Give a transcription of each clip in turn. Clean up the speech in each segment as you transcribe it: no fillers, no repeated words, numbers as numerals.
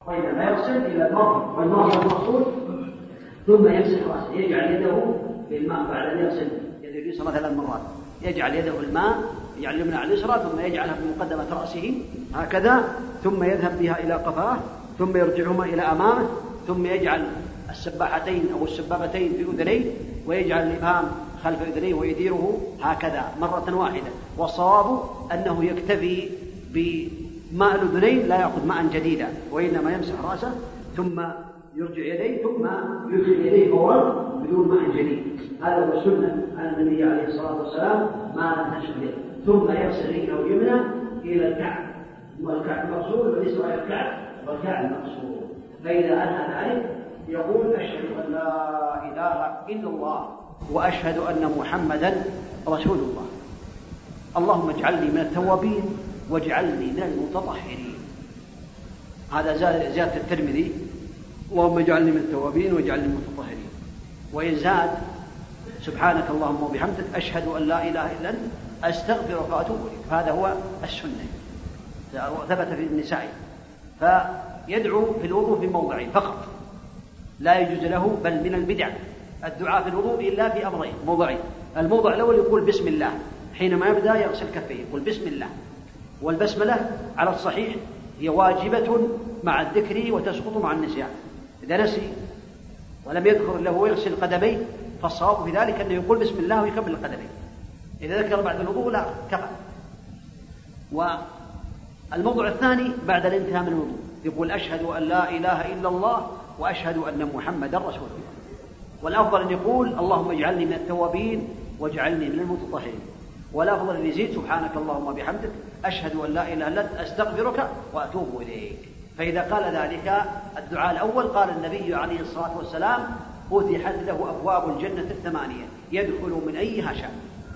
وإنما يغسل إلى المرفق والمرفق المقصود، ثم يمسح رأسه، يجعل يده بالماء بعد أن يغسل يده اليسرى 3 مرات، يجعل يده بالماء، يجعل اليمنى على اليسرى، ثم يجعلها في مقدمة رأسه هكذا، ثم يذهب بها إلى قفاه، ثم يرجعهما إلى أمامه، ثم يجعل السباحتين أو السبابتين في أذنيه، ويجعل الإبهام خلف أذنيه ويديره هكذا مرة واحدة. والصواب أنه يكتفي بماء الأذنين، لا يأخذ ماء جديدا، وإنما يمسح رأسه ثم يرجع يديه ثم يدخل يديه فورا بدون ماء جديد. هذا هو السنة عن النبي عليه الصلاة والسلام ما لم تشغل يده. ثم يغسل رجله اليمنى إلى الكعب، والكعب مغسول واليسرى إلى الكعب والكعب مغسول. فإذا أنهى ذلك يقول: أشهد أن لا إله إلا الله وأشهد أن محمدا رسول الله. اللهم اجعلني من التوابين واجعلني من المتطهرين. هذا زيادة الترمذي: اللهم اجعلني من التوابين واجعلني من المتطهرين. وإن زاد: سبحانك اللهم وبحمدك أشهد أن لا إله إلا أنت أستغفرك وأتوب إليك. هذا هو السنة، ثبت في النساء. فيدعو في الوضوء في موضعين فقط، لا يجوز له، بل من البدع الدعاء في الوضوء إلا في أمرين موضعين. الموضع الأول يقول بسم الله، حينما يبدأ يغسل كفيه يقول بسم الله. والبسملة على الصحيح هي واجبة مع الذكر وتسقط مع النسيان. إذا نسي ولم يذكر له يغسل قدميه فالصواب في ذلك أنه يقول بسم الله ويكمل القدمين. إذا ذكر بعد الوضوء لا كفى. والموضوع الثاني بعد الانتهاء من الوضوء يقول: أشهد أن لا إله إلا الله وأشهد أن محمدا رسول الله. والأفضل أن يقول: اللهم اجعلني من التوابين واجعلني من المتطهرين. والأفضل أن يزيد: سبحانك اللهم وبحمدك أشهد أن لا إله إلا أنت أستغفرك وأتوب إليك. فإذا قال ذلك الدعاء الأول قال النبي عليه الصلاة والسلام: فتحت له أبواب الجنة 8 يدخل من أيها شاء.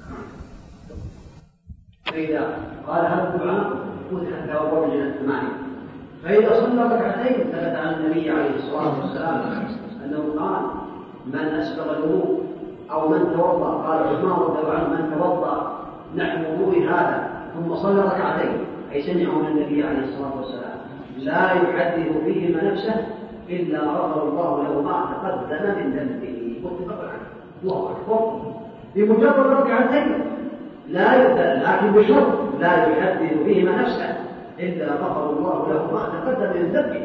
فإذا قال هذا الدعاء فتحت له أبواب الجنة 8. فإذا صلى ركعتين ثبت عن النبي عليه الصلاة والسلام أنه قال: من أسبغ الوضوء أو من توضأ، قال عثمان رضي الله عنه: من توضأ نحو وضوء هذا ثم صلى ركعتين، أي سمعه من النبي عليه الصلاة والسلام، لا يحدث فيهما نفسه إلا غفر الله له ما تقدم من ذنبه. متفق عليه. الله أكبر. بمجرد ركعتين لا يبدأ، لكن بشرط لا يحدث فيهما نفسه إلا غفر الله له ما تقدم من ذنبه.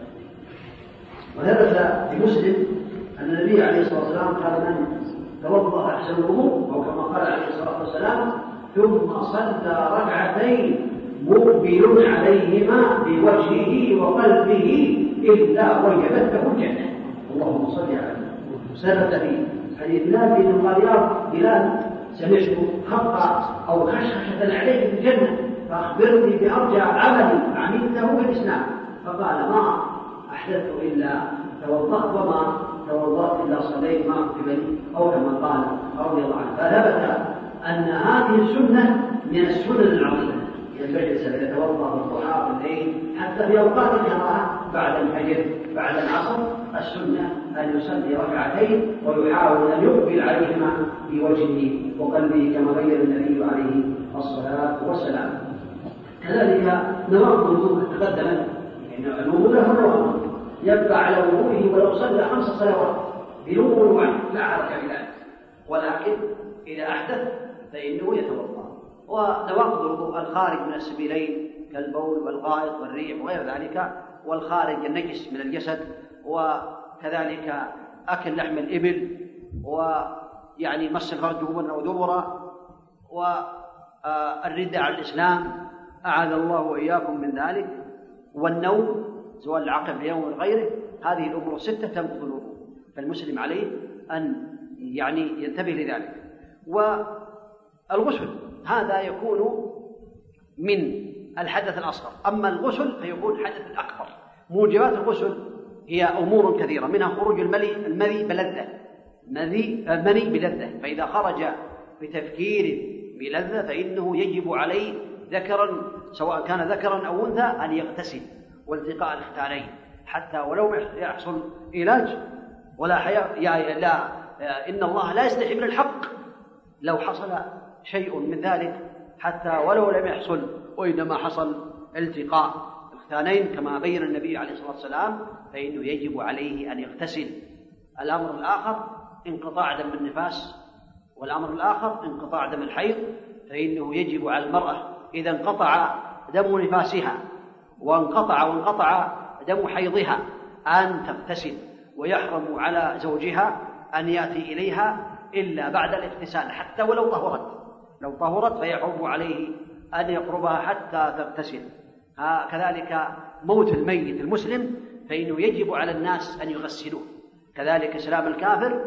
وثبت في مسلم أن النبي عليه الصلاة والسلام قال: من توضأ أحسن الوضوء، أو كما قال عليه الصلاة والسلام: ثم صلى ركعتين مقبل عليهما بوجهه وقلبه إلا وجبت له الجنة. اللهم صل على محمد. ثبت في حديث بلال بن غاليار: بلال سمعت خطأ أو خشخشة عليه في الجنة، فأخبرني بأرجع عمل عملته في الإسلام. فقال: ما أحدثت إلا توضأت، وما توضأت إلا صليت ما كتب لي، أو كما قال رضي الله عنه. فثبت أن هذه السنة من السنن العظيمة، ينبغي أن يتوضأ بالضحى والليل حتى في أوقات الكراهة بعد الفجر بعد العصر. السنة أن يصلي ركعتين ويحاول أن يقبل عليهما بوجهه وقلبه كما بين النبي عليه الصلاة والسلام. كذلك نواقض الوضوء تقدمت، يعني الوضوء له نواقض، يبقى على وضوءه ولو صلى 5 صلوات بوضوء واحد لا حرج بذلك، ولكن إذا أحدث فإنه يتوضأ. ونواقض الوضوء الخارج من السبيلين كالبول والغائط والريح وغير ذلك، والخارج النجس من الجسد، وكذلك أكل لحم الإبل، ويعني مس الفرج دبرا أو دبرا، والردة على الإسلام أعاذ الله وإياكم من ذلك، والنوم، زوال العقل في يوم وغيره. هذه الأمور 6 تنقض الوضوء، فالمسلم عليه أن يعني ينتبه لذلك. والغسل هذا يكون من الحدث الأصغر، أما الغسل فيكون حدث الأكبر. موجبات الغسل هي أمور كثيرة، منها خروج المني بلذة، المني بلذة، فإذا خرج بتفكير بلذة فإنه يجب عليه ذكرا سواء كان ذكرا أو أنثى أن يغتسل، والتقاء الختانين، حتى ولو يحصل علاج ولا حياة. لا، إن الله لا يستحي من الحق لو حصل شيء من ذلك، حتى ولو لم يحصل، وإنما حصل التقاء مرتانين كما بين النبي عليه الصلاة والسلام، فإنه يجب عليه أن يغتسل. الأمر الآخر انقطاع دم النفاس، والأمر الآخر انقطاع دم الحيض، فإنه يجب على المرأة إذا انقطع دم نفاسها وانقطع دم حيضها أن تغتسل، ويحرم على زوجها أن يأتي إليها إلا بعد الاغتسال حتى ولو طهرت فيحرم عليه أن يقربها حتى تغتسل. كذلك موت الميت المسلم فإنه يجب على الناس أن يغسلوه، كذلك سلام الكافر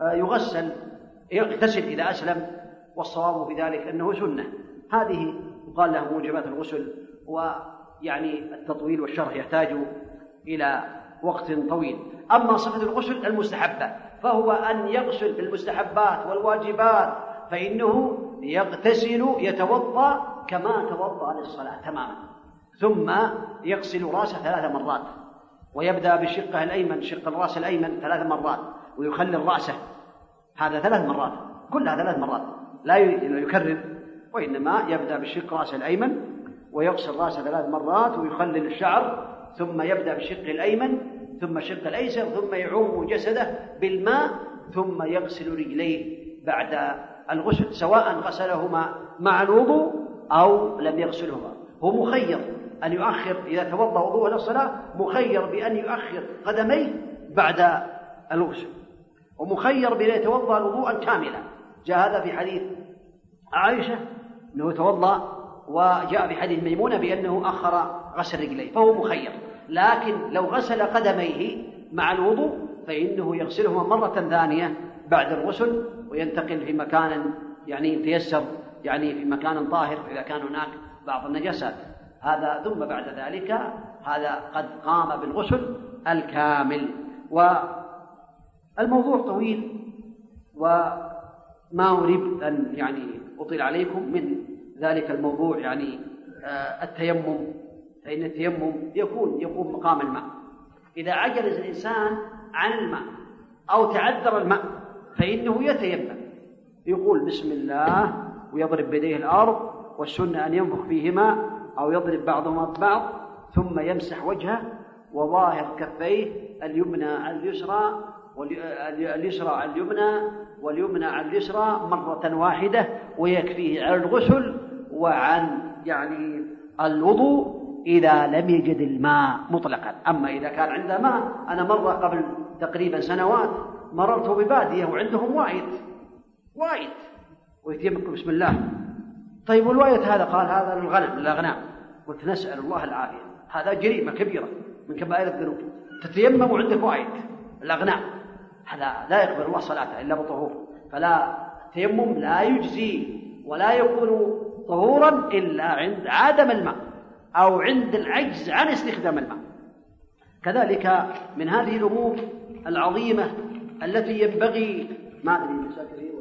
يغتسل إذا أسلم، والصواب في ذلك أنه سنة. هذه يقال لها موجبات الغسل، ويعني التطويل والشرح يحتاج إلى وقت طويل. أما صفة الغسل المستحبة فهو أن يغسل بالمستحبات والواجبات، فإنه يغتسل يتوضأ كما توضأ للصلاة تماما، ثم يغسل رأسه 3 مرات، ويبدأ بشقه الأيمن، شق الرأس الأيمن 3 مرات، ويخلل رأسه، هذا 3 مرات، كلها 3 مرات، لا يكرر، وإنما يبدأ بشق رأسه الأيمن ويغسل رأسه 3 مرات ويخلل الشعر، ثم يبدأ بالشق الأيمن ثم الشق الأيسر، ثم يعوم جسده بالماء، ثم يغسل رجليه بعد الغسل، سواء غسلهما مع الوضوء أو لم يغسلهما. هو مخير أن يؤخر إذا توضأ وضوءه للصلاة، مخير بأن يؤخر قدميه بعد الغسل، ومخير بأن يتوضأ وضوءا كاملا. جاء هذا في حديث عائشة أنه توضأ، وجاء في حديث ميمونة بأنه أخر غسل رجليه، فهو مخير. لكن لو غسل قدميه مع الوضوء فإنه يغسلهما مرة ثانية بعد الغسل، وينتقل في مكان تيسر، في مكان طاهر إذا كان هناك بعض النجاسات. هذا ثم بعد ذلك هذا قد قام بالغسل الكامل. والموضوع طويل، وما أريد أن أطيل عليكم من ذلك الموضوع التيمم، فإن التيمم يقوم مقام الماء. إذا عجز الإنسان عن الماء أو تعذر الماء فإنه يتيمم، يقول بسم الله ويضرب بيديه الأرض، والسنة أن ينفخ فيهما أو يضرب بعضهما ببعض، ثم يمسح وجهه وظاهر كفيه اليمنى على اليسرى واليسرى على اليمنى واليمنى على اليسرى مرة واحدة، ويكفيه على الغسل وعن الوضوء إذا لم يجد الماء مطلقا. أما إذا كان عنده ماء، أنا مرة قبل تقريبا سنوات مررت ببادية وعندهم وايد ويتيمم بسم الله. طيب والوايد هذا؟ قال هذا للأغنام. قلت نسأل الله العافية، هذا جريمة كبيرة من كبائر الذنوب، تتيمم وعندك وايد الأغنام، هذا لا يقبل الله صلاته إلا بطهور. فلا تيمم لا يجزي ولا يكون طهورا إلا عند عدم الماء أو عند العجز عن استخدام الماء. كذلك من هذه الأمور العظيمة التي ينبغي، ما أدري مساكرين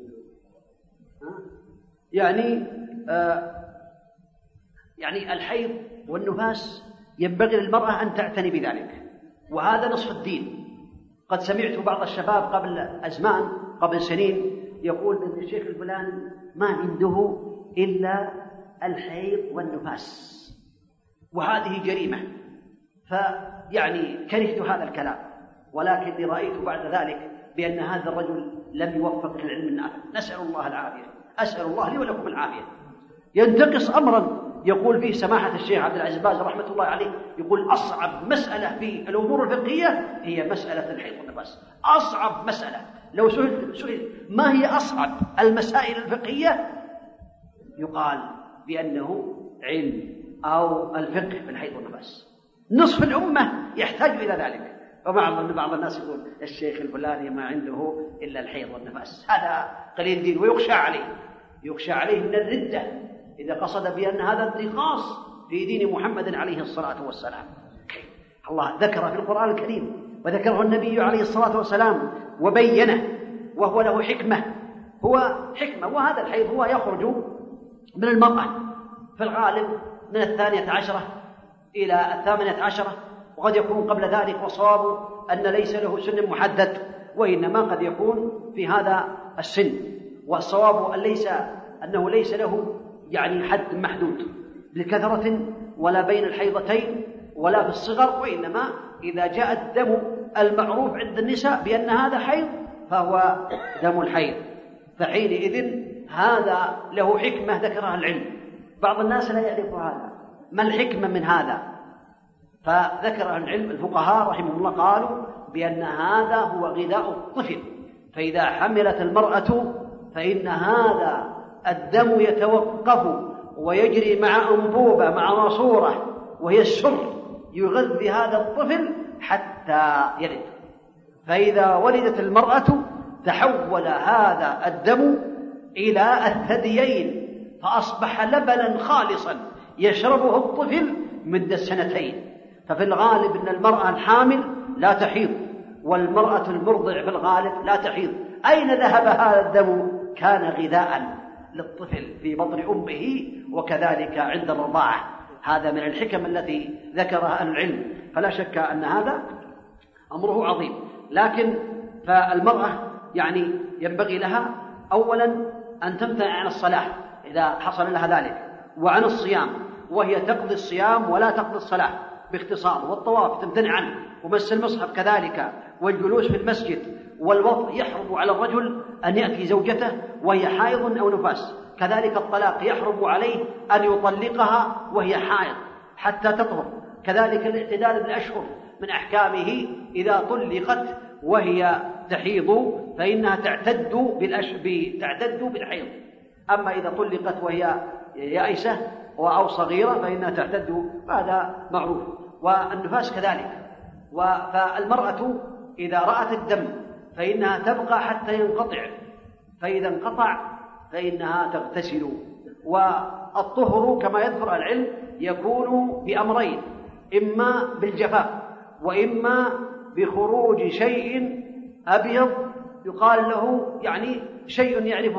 الحيض والنفاس ينبغي للمرأة أن تعتني بذلك، وهذا نصف الدين. قد سمعت بعض الشباب قبل سنين يقول أن الشيخ الفلاني ما عنده إلا الحيض والنفاس، وهذه جريمة. كرهت هذا الكلام، ولكني رأيت بعد ذلك بأن هذا الرجل لم يوفق للعلم النافع، نسأل الله العافية، أسأل الله لي ولكم العافية. ينتقص أمرا يقول فيه سماحة الشيخ عبد العزيز باز رحمة الله عليه، يقول أصعب مسألة في الأمور الفقهية هي مسألة الحيض والنفاس، أصعب مسألة. لو سئل ما هي أصعب المسائل الفقهية يقال بأنه علم أو الفقه في الحيض والنفاس. نصف الأمة يحتاج إلى ذلك. وبعض الناس يقول الشيخ الفلاني ما عنده إلا الحيض والنفاس، هذا قليل دين، ويخشى عليه من الردة إذا قصد بأن هذا انتقاص في دين محمد عليه الصلاة والسلام. الله ذكر في القرآن الكريم وذكره النبي عليه الصلاة والسلام وبينه، وهو له حكمة، وهذا الحيض هو يخرج من المرأة في الغالب من 12 إلى 18، وقد يكون قبل ذلك، وصواب أن ليس له سن محدد، وإنما قد يكون في هذا السن، والصواب أنه ليس له حد محدود لكثرة ولا بين الحيضتين ولا في الصغر، وإنما إذا جاء الدم المعروف عند النساء بأن هذا حيض فهو دم الحيض، فحينئذ هذا له حكمة ذكرها العلم. بعض الناس لا يعرف هذا، ما الحكمة من هذا؟ فذكر العلم الفقهاء رحمهم الله قالوا بأن هذا هو غذاء الطفل، فإذا حملت المرأة فإن هذا الدم يتوقف ويجري مع أنبوبة مع ماسورة وهي السر يغذي هذا الطفل حتى يلد، فإذا ولدت المرأة تحول هذا الدم إلى الثديين فأصبح لبنا خالصا يشربه الطفل مدة 2 سنين. ففي الغالب أن المرأة الحامل لا تحيض، والمرأة المرضع في الغالب لا تحيض. أين ذهب هذا الدم؟ كان غذاء للطفل في بطن أمه، وكذلك عند الرضاعة. هذا من الحكم التي ذكرها العلم، فلا شك أن هذا أمره عظيم. لكن فالمرأة يعني ينبغي لها أولا أن تمتنع عن الصلاة إذا حصل لها ذلك، وعن الصيام، وهي تقضي الصيام ولا تقضي الصلاة باختصار، والطواف تمتنع عنه، ومس المصحف كذلك، والجلوس في المسجد، والوضع يحرم على الرجل أن يأتي زوجته وهي حائض أو نفاس، كذلك الطلاق يحرم عليه أن يطلقها وهي حائض حتى تطهر، كذلك الاعتدال بالأشهر من أحكامه إذا طلقت وهي تحيض فإنها تعتد بالحيض، أما إذا طلقت وهي يائسة أو صغيرة فإنها تعتد، هذا معروف. والنفاس كذلك. فالمرأة إذا رأت الدم فإنها تبقى حتى ينقطع، فإذا انقطع فإنها تغتسل. والطهر كما يذكر العلم يكون بأمرين، إما بالجفاف وإما بخروج شيء أبيض يقال له يعني شيء يعرفه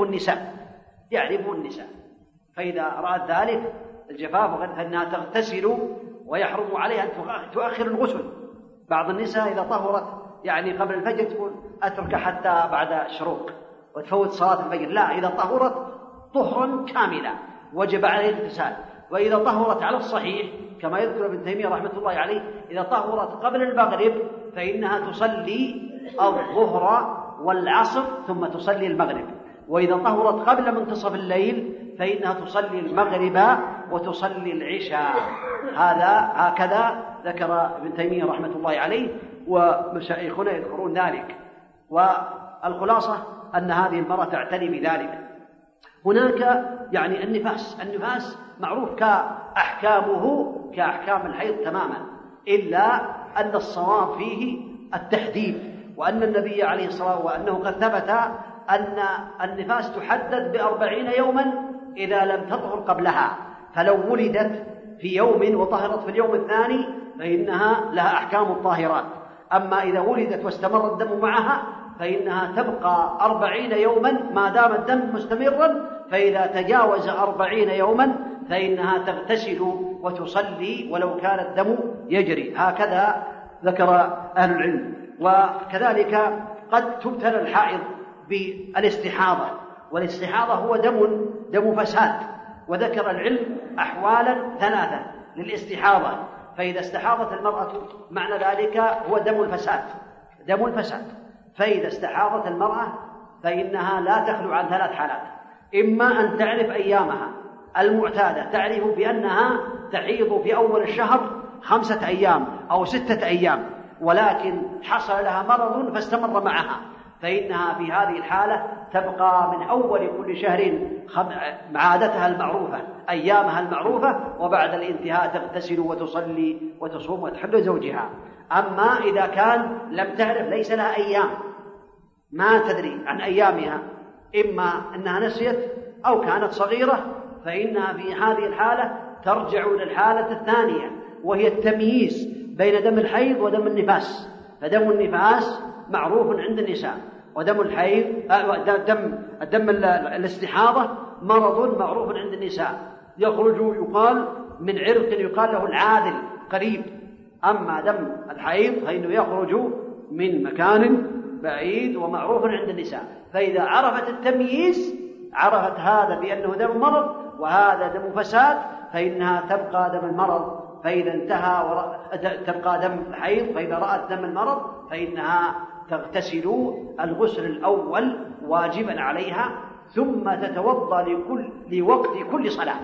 النساء، فإذا رأت ذلك الجفاف فإنها تغتسل، ويحرم عليها أن تؤخر الغسل. بعض النساء إذا طهرت يعني قبل الفجر تقول أترك حتى بعد الشروق وتفوت صلاة الفجر، لا، إذا طهرت طهرا كاملا وجب عليه الاغتسال. وإذا طهرت على الصحيح كما يذكر ابن تيمية رحمة الله عليه، إذا طهرت قبل المغرب فإنها تصلي الظهر والعصر ثم تصلي المغرب، وإذا طهرت قبل منتصف الليل فإنها تصلي المغرب وتصلي العشاء. هكذا ذكر ابن تيمية رحمة الله عليه، ومشايخنا يذكرون ذلك. والخلاصة أن هذه المرأة تعتني بذلك. هناك يعني النفاس معروف كأحكامه كأحكام الحيض تماما، إلا أن الصواب فيه التحديد، وأن النبي عليه الصلاة والسلام وأنه قد ثبت أن النفاس تحدد ب40 يوما إذا لم تطهر قبلها، فلو ولدت في يوم وطهرت في اليوم الثاني فإنها لها أحكام الطاهرات، أما إذا ولدت واستمر الدم معها فإنها تبقى 40 يوما ما دام الدم مستمرا، فإذا تجاوز 40 يوما فإنها تغتسل وتصلي ولو كان الدم يجري. هكذا ذكر أهل العلم. وكذلك قد تبتلى الحائض بالاستحاضة، والاستحاضة هو دم فساد، وذكر العلم أحوالا 3 للاستحاضة. فإذا استحاضت المرأة معنى ذلك هو دم الفساد. فإذا استحاضت المرأة فإنها لا تخلو عن 3 حالات، إما أن تعرف أيامها المعتادة، تعرف بأنها تحيض في أول الشهر 5 أيام أو 6 أيام، ولكن حصل لها مرض فاستمر معها، فإنها في هذه الحالة تبقى من أول كل شهر عادتها المعروفة، أيامها المعروفة، وبعد الانتهاء تغتسل وتصلي وتصوم وتحب زوجها. أما إذا كان لم تعرف ليس لها أيام، ما تدري عن أيامها، إما أنها نسيت أو كانت صغيرة، فإنها في هذه الحالة ترجع إلى الحالة الثانية، وهي التمييز بين دم الحيض ودم النفاس. فدم النفاس معروف عند النساء، ودم الحيض دم الاستحاضة مرض معروف عند النساء، يخرج يقال من عرق يقال له العاذل قريب، أما دم الحيض فإنه يخرج من مكان بعيد ومعروف عند النساء. فإذا عرفت التمييز عرفت هذا بأنه دم مرض وهذا دم فساد، فإنها تبقى دم المرض فإذا انتهى تبقى دم الحيض، فإذا رأت دم المرض فإنها تغتسل الغسل الأول واجبا عليها، ثم تتوضأ لوقت كل صلاة،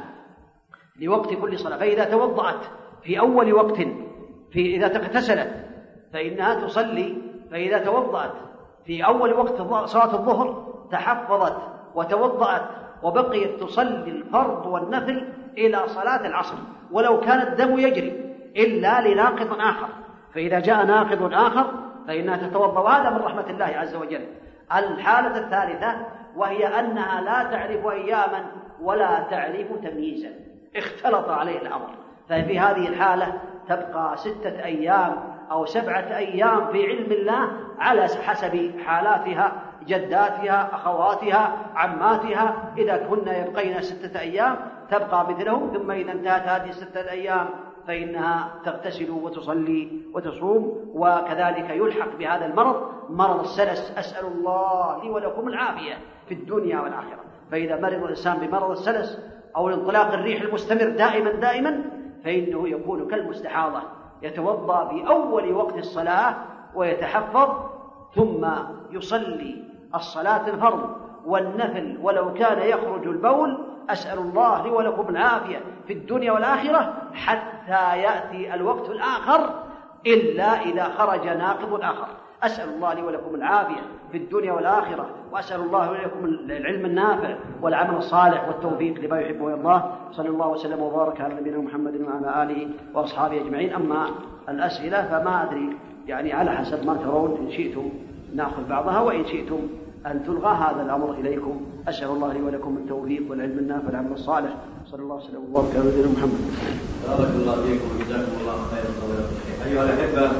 لوقت كل صلاة. فإذا توضأت في أول وقت، إذا اغتسلت فإنها تصلي، فإذا توضأت في أول وقت صلاة الظهر تحفظت وتوضأت وبقيت تصلي الفرض والنفل إلى صلاة العصر، ولو كان الدم يجري إلا لناقض آخر، فإذا جاء ناقض آخر فإنها تتوضأ، وهذا من رحمة الله عز وجل. الحالة الثالثة وهي أنها لا تعرف أياما ولا تعرف تمييزا، اختلط عليه الأمر، ففي هذه الحالة تبقى 6 أيام أو 7 أيام في علم الله على حسب حالاتها، جداتها، أخواتها، عماتها، إذا كن يبقين 6 أيام تبقى مثلهم، ثم إذا انتهت هذه 6 أيام فإنها تغتسل وتصلي وتصوم. وكذلك يلحق بهذا المرض مرض السلس، أسأل الله لي ولكم العافية في الدنيا والآخرة. فإذا مرض الإنسان بمرض السلس أو انطلاق الريح المستمر دائما فإنه يكون كالمستحاضة، يتوضأ في أول وقت الصلاة ويتحفظ، ثم يصلي الصلاة الفرض والنفل ولو كان يخرج البول، أسأل الله لي ولكم العافية في الدنيا والآخرة، حتى يأتي الوقت الآخر إلا إذا خرج ناقض آخر. أسأل الله لي ولكم العافية في الدنيا والآخرة، وأسأل الله لكم العلم النافع والعمل الصالح والتوفيق لما يحبه الله. صلى الله وسلم وبارك على نبينا محمد وعلى آله وأصحابه أجمعين. أما الأسئلة فما أدري، يعني على حسب ما ترون، إن شئتم نأخذ بعضها وإن شئتم أن تلغى، هذا الأمر إليكم. أسأل الله لي ولكم التوفيق والعلم النافع والعمل الصالح. صلى الله وسلم وبارك على نبينا محمد. بارك الله فيكم وجزاكم الله خيرا. أيها الأحبة،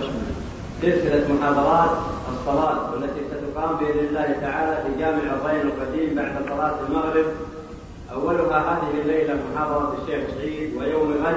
سلسلة محاضرات الصلاة والتي ستقام بإذن الله تعالى في جامع الرين القديم بعد صلاة المغرب، أولها هذه الليلة محاضرة الشيخ سعيد ويوم الغد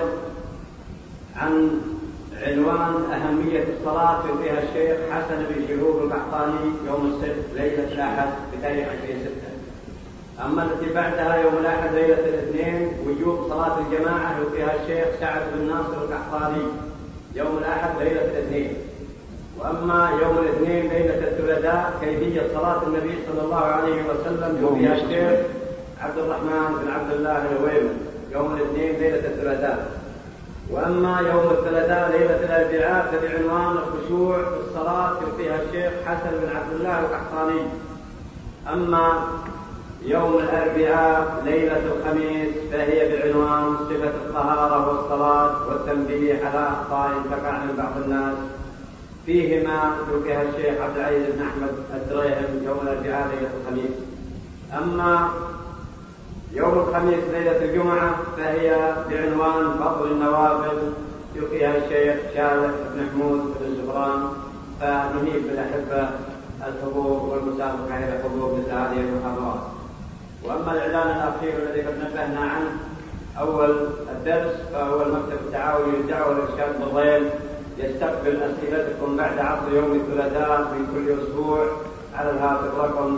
عن عنوان أهمية الصلاة، فيها الشيخ حسن بن شهوب القحطاني يوم السبت ليلة الأحد بتاريخ 20/6. أما التي بعدها يوم الأحد ليلة الاثنين وجوب صلاة الجماعة، فيها الشيخ سعد بن ناصر القحطاني يوم الأحد ليلة الاثنين. وأما يوم الاثنين ليلة الثلاثاء كيفية صلاة النبي صلى الله عليه وسلم، فيها الشيخ عبد الرحمن بن عبد الله الهويمي يوم الاثنين ليلة الثلاثاء. وأما يوم الثلاثاء ليلة الأربعاء فبعنوان الخشوع في الصلاة، فيها الشيخ حسن بن عبد الله القحطاني. أما يوم الأربعاء ليلة الخميس فهي بعنوان صفة الطهارة والصلاة والتنبيه على أخطاء تقع من بعض الناس، فيهما فيها الشيخ عبد العزيز بن أحمد الدريهم يوم الأربعاء ليلة الخميس. أما يوم الخميس ليلة الجمعة فهي بعنوان فضل النوافل، فيها الشيخ شارع بن حمود بن زبران. فنهيب بالأحبة الحضور والمسابقة إلى حضور مثل هذه المحاضرات. وأما الإعلان الأخير الذي قد نبهنا عنه أول الدرس، فهو المكتب التعاوني للدعوة والإرشاد بالريل، يستقبل أسئلتكم بعد عصر يوم الثلاثاء من كل أسبوع على الهاتف رقم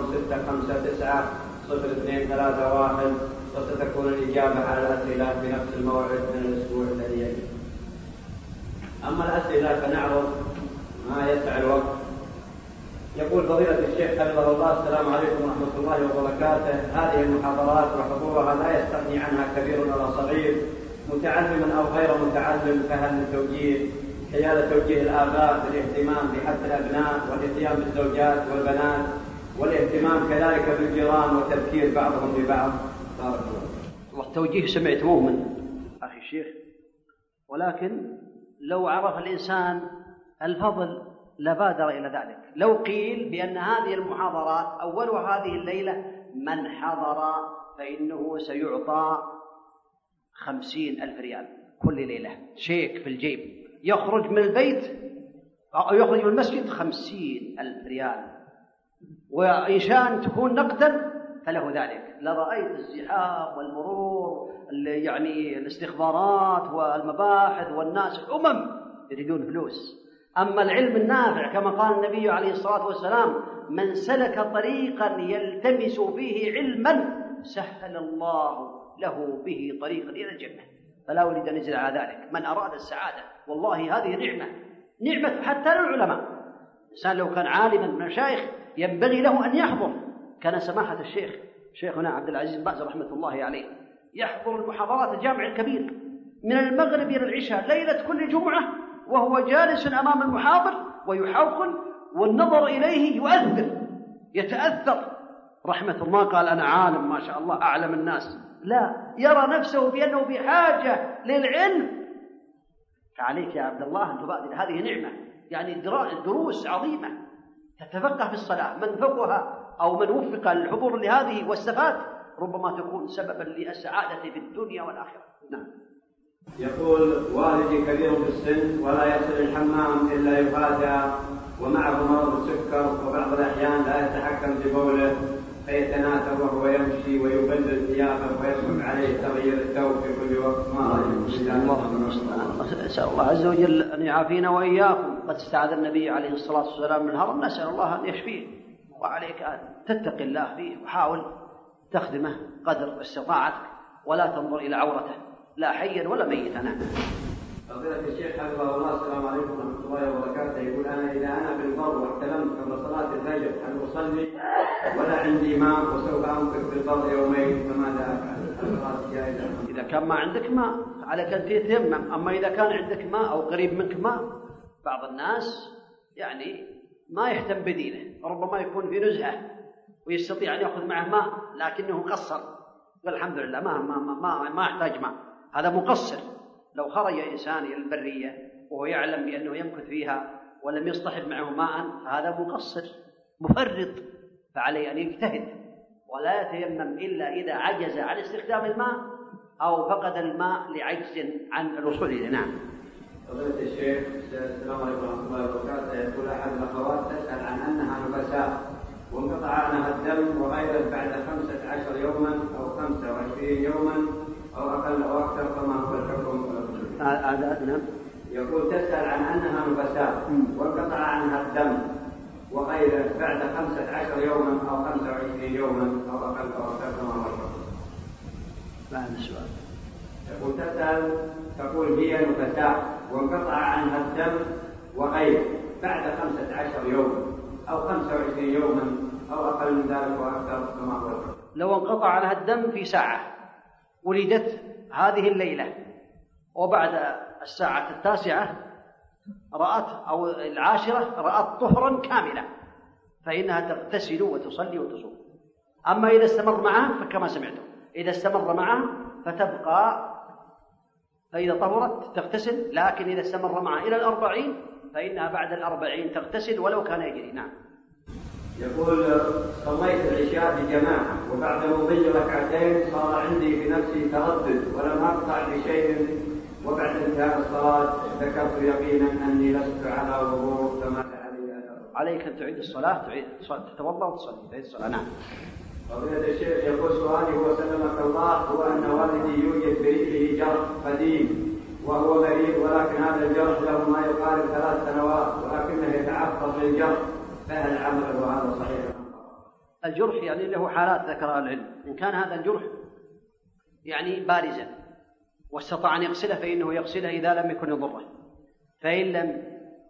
659-0231، وستكون الإجابة على الأسئلة في نفس الموعد من الأسبوع الذي يلي. أما الأسئلة فنعرض ما يسع الوقت. يقول فضيلة الشيخ حفظه الله: السلام عليكم ورحمة الله وبركاته. هذه المحاضرات وحضورها لا يستغني عنها كبير ولا صغير، متعلم أو غير متعلم، فهل التوجيه حيال توجيه الآباء بالاهتمام بحث الأبناء والاتيان بالزوجات والبنات، والاهتمام كذلك بالجيران وتذكير بعضهم ببعض؟ بارك الله. التوجيه سمعتموه من أخي الشيخ، ولكن لو عرف الإنسان الفضل لبادر إلى ذلك. لو قيل بأن هذه المحاضرات أولها هذه الليلة، من حضر فإنه سيعطى 50,000 ريال كل ليلة، شيك في الجيب، يخرج من البيت أو يخرج من المسجد 50,000 ريال، وإن شاء تكون نقدا فله ذلك. لرأيت الزحام والمرور، يعني الاستخبارات والمباحث والناس يريدون فلوس. أما العلم النافع كما قال النبي عليه الصلاة والسلام: من سلك طريقا يلتمس فيه علما سهل الله له به طريقا إلى الجنة. فلا أريد أن يزيد على ذلك. من أراد السعادة والله هذه نعمة حتى للعلماء. الإنسان لو كان عالما من المشايخ ينبغي له أن يحضر. كان سماحة الشيخ شيخنا عبد العزيز بن باز رحمة الله عليه يحضر المحاضرات الجامع الكبير من المغرب إلى العشاء ليلة كل جمعة، وهو جالس أمام المحاضر ويحوقل، والنظر إليه يؤثر يتأثر رحمة الله. قال أنا عالم ما شاء الله أعلم الناس، لا، يرى نفسه بأنه بحاجة للعلم. فعليك يا عبد الله أن تبادر، هذه نعمة، يعني دروس عظيمة. تتفقه في الصلاة، من فقه أو من وفق للحضور لهذه واستفاد ربما تكون سببا للسعادة في الدنيا والآخرة. نعم. يقول والدي كبير في السن ولا يصل الحمام إلا يفادى، ومعه مرض السكر، وبعض الأحيان لا يتحكم في بوله فيتناثر وهو يمشي ويبلل ثيابه ويصعب عليه تغيير الثوب في كل وقت. ما رأيكم؟ نسأل الله عز وجل أن يعافينا وإياكم. قد استعاذ النبي عليه الصلاة والسلام من الهرم، نسأل الله أن يشفيه، وعليك أن تتقي الله فيه وحاول تخدمه قدر استطاعتك ولا تنظر إلى عورته لا حيا ولا ميتا. فضيلة الشيخ حفظه الله، السلام عليكم ورحمة الله وبركاته. يقول إذا أنا بالبر واحتلمت قبل صلاة الفجر هل أصلي ولا عندي ماء وسوف أمكث بالبر يومين، فماذا أفعل؟ الصلاة جائزة؟ إذا كان ما عندك ماء عليك أن تتيمم. أما إذا كان عندك ماء أو قريب منك ماء، بعض الناس يعني ما يهتم بدينه، ربما يكون في نزهة ويستطيع أن يأخذ معه ماء لكنه قصر، قال الحمد لله ما أحتاج ماء، هذا مقصر. لو خرج إنسان إلى البرية وهو يعلم بأنه يمكث فيها ولم يصطحب معه ماء فهذا مقصر مفرط، فعليه أن يجتهد ولا يتيمم إلا إذا عجز عن استخدام الماء أو فقد الماء لعجز عن الوصول إليه. نعم. فضيلة الشيخ السلام عليكم ورحمة الله وبركاته. يقول أحد الأخوات تسأل عن أنها نفساء وانقطع عنها الدم وغيره بعد 15 يوما أو 25 يوما أو أقل أو أكثر، فما هو الحكم؟ نعم. يقول تسأل عن أنها نفساء وانقطع عنها الدم وغيره بعد 15 يوما أو 25 يوما أو أقل أو أكثر، فما هو الحكم؟ بعد السؤال. يقول تسأل تقول هي نفساء وانقطع عنها الدم وغيره بعد 15 يوما أو 25 يوما أو أقل من ذلك وأكثر، فما هو الحكم؟ لو انقطع عنها الدم في ساعة، ولدت هذه الليلة وبعد الساعة 9 رأت أو 10 رأت طهرا كاملا، فإنها تغتسل وتصلي وتصوم. أما إذا استمر معها فكما سمعتم، إذا استمر معها فتبقى، فإذا طهرت تغتسل، لكن إذا استمر معها إلى 40 فإنها بعد 40 تغتسل ولو كان يجري. نعم. يقول صليت العشاء بجماعة وبعد مضي ركعتين صار عندي في نفسي تردد ولم أقطع بشيء، وبعد انتهاء الصلاة ذكرت يقينا أني لست على وضوء، فماذا علي؟ عليك أن تعيد الصلاة، تتوضأ وتصلي، تعيد الصلاة. نعم. فضيلة الشيخ يقول سؤالي هو سلمك الله هو أن والدي يوجد برجله جرح قديم وهو مريض، ولكن هذا الجرح له ما يقارب 3 سنوات ولكنه يتعفض للجرح، فهل عمله هذا صحيح؟ الجرح يعني له حالات ذكرها العلم. إن كان هذا الجرح يعني بارزا واستطاع أن يغسله فإنه يغسله إذا لم يكن يضره، فإن لم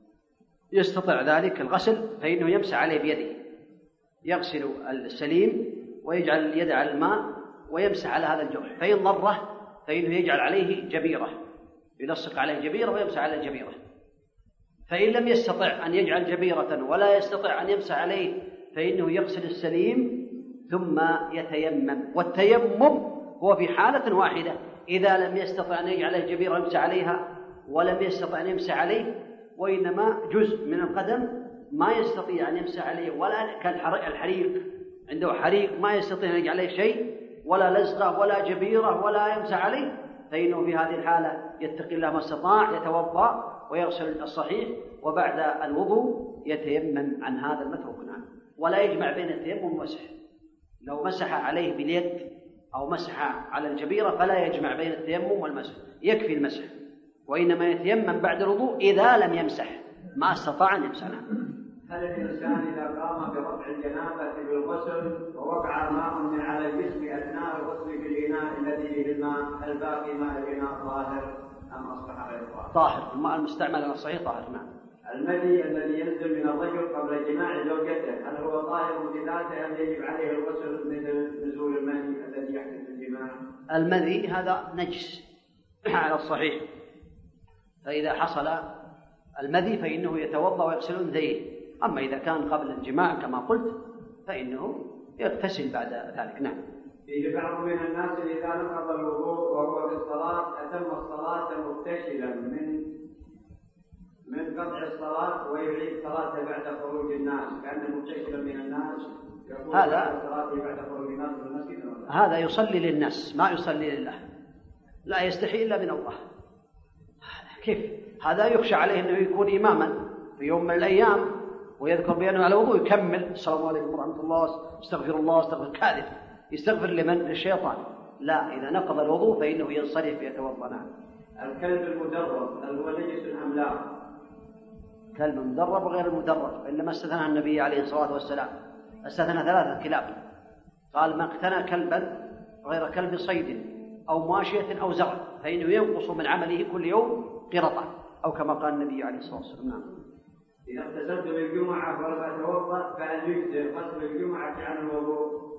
يستطع ذلك الغسل فإنه يمسح عليه بيده، يغسل السليم ويجعل اليد على الماء ويمسح على هذا الجرح، فإن ضره فإنه يجعل عليه جبيرة، يلصق عليه جبيرة ويمسح على الجبيرة. فإن لم يستطع أن يجعل جبيرة ولا يستطيع أن يمسح عليه فإنه يغسل السليم ثم يتيمم. والتيمم هو في حالة واحدة، إذا لم يستطع أن يجعل جبيرة يمسح عليها ولم يستطع أن يمسح عليه، وإنما جزء من القدم ما يستطيع أن يمسح عليه، ولا كالحريق عنده حريق ما يستطيع أن يجعل عليه شيء ولا لزقة ولا جبيرة ولا يمسح عليه، فإنه في هذه الحالة يتقي الله ما استطاع، يتوضأ ويغسل الصحيح، وبعد الوضوء يتيمم عن هذا المتروك عنه، ولا يجمع بين التيمم والمسح. لو مسح عليه باليد أو مسح على الجبيرة فلا يجمع بين التيمم والمسح، يكفي المسح، وإنما يتيمم بعد الوضوء إذا لم يمسح ما استطاع أن يمسح. هل الإنسان إذا قام برفع الجنابة بالغسل ووقع ماء من على الجسم أثناء الغسل بالإناء الذي به الماء، الباقي ماء الإناء طاهر أم أصبح غير طاهر؟ طاهر، الماء المستعمل على الصحيح طاهر. نعم. المذي الذي ينزل من الرجل قبل جماع زوجته هل هو طاهر بذاته أم يجب عليه الغسل مثل نزول المذي الذي يحدث الجماع؟ المذي هذا نجس على الصحيح، فإذا حصل المذي فإنه يتوضأ ويغسل أنثيه. أما إذا كان قبل الجماع كما قلت فإنه يغتسل بعد ذلك. نعم. فيه بعض من الناس إذا نقض الوضوء وهو في الصلاة أتم الصلاة مبتشلا من قطع الصلاة ويعيد صلاته بعد خروج الناس، كأنه مبتشلا من الناس يقول هذا صلاته بعد خروج الناس من المسجد. هذا يصلي للناس ما يصلي لله، لا يستحي إلا من الله. كيف هذا؟ يخشى عليه أنه يكون إماما في يوم من الأيام ويذكر بأنه على وضوء يكمل السلام عليكم ورحمة الله استغفر الله استغفر، كاذب يستغفر لمن؟ للشيطان. لا، إذا نقض الوضوء فإنه ينصرف يتوضأ. نعم. الكلب المدرب هل هو نجس أم لا؟ كلب مدرب وغير المدرب، إنما استثنى النبي عليه الصلاة والسلام، استثنى 3 كلاب، قال ما اقتنى كلبا غير كلب صيد أو ماشية أو زرع فإنه ينقص من عمله كل يوم قرطة، أو كما قال النبي عليه الصلاة والسلام. نعم. إذا اغتسلت للجمعة ولم أتوضأ فهل يجزئ غسل الجمعة عن الوضوء؟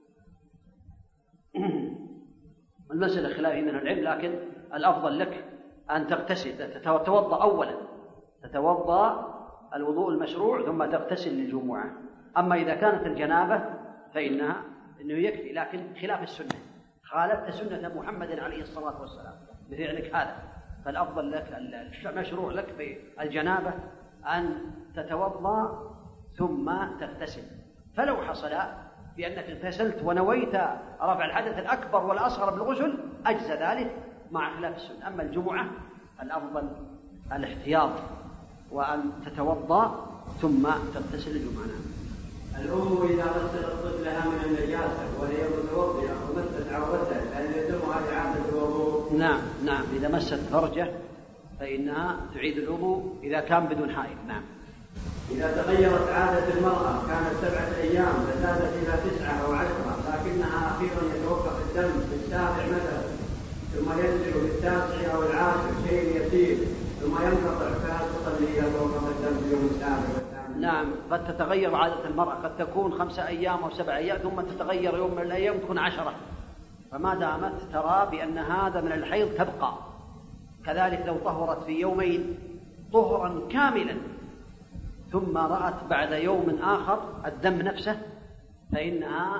المسألة خلافي من العلم، لكن الأفضل لك أن تغتسل، تتوضأ أولا، تتوضأ الوضوء المشروع ثم تغتسل للجمعة. أما إذا كانت الجنابة فإنه يكفي، لكن خلاف السنة، خالفت سنة محمد عليه الصلاة والسلام بفعلك هذا، فالأفضل لك المشروع لك في الجنابة أن تتوضأ ثم تغتسل. فلو حصل بأنك اغتسلت ونويت رفع الحدث الأكبر والأصغر بالغسل أجزى ذلك مع خلاف السنة. أما الجمعة الأفضل الاحتياط وأن تتوضأ ثم تغتسل الجمعة. الأم إذا غسلت طفلها من النجاسة وهي متوضئة ومست عورتها هل يلزمها إعادة الوضوء؟ نعم، إذا مست فرجه فإنها تعيد الوضوء إذا كان بدون حائل. نعم. إذا تغيرت عادة المرأة كانت 7 أيام فزادت إلى 9 أو 10 لكنها أخيرا يتوقف الدم في السابع مثلا ثم ينزل في التاسع أو العاشر شيء يسير ثم ينقطع، فهل تصلي إذا توقف الدم في يوم السابع والثامن؟ نعم، قد تتغير عادة المرأة، قد تكون 5 أيام أو 7 أيام ثم تتغير يوم من الأيام تكون 10، فما دامت ترى بأن هذا من الحيض تبقى. كذلك لو طهرت في يومين طهرا كاملا ثم رأت بعد يوم آخر الدم نفسه فإنها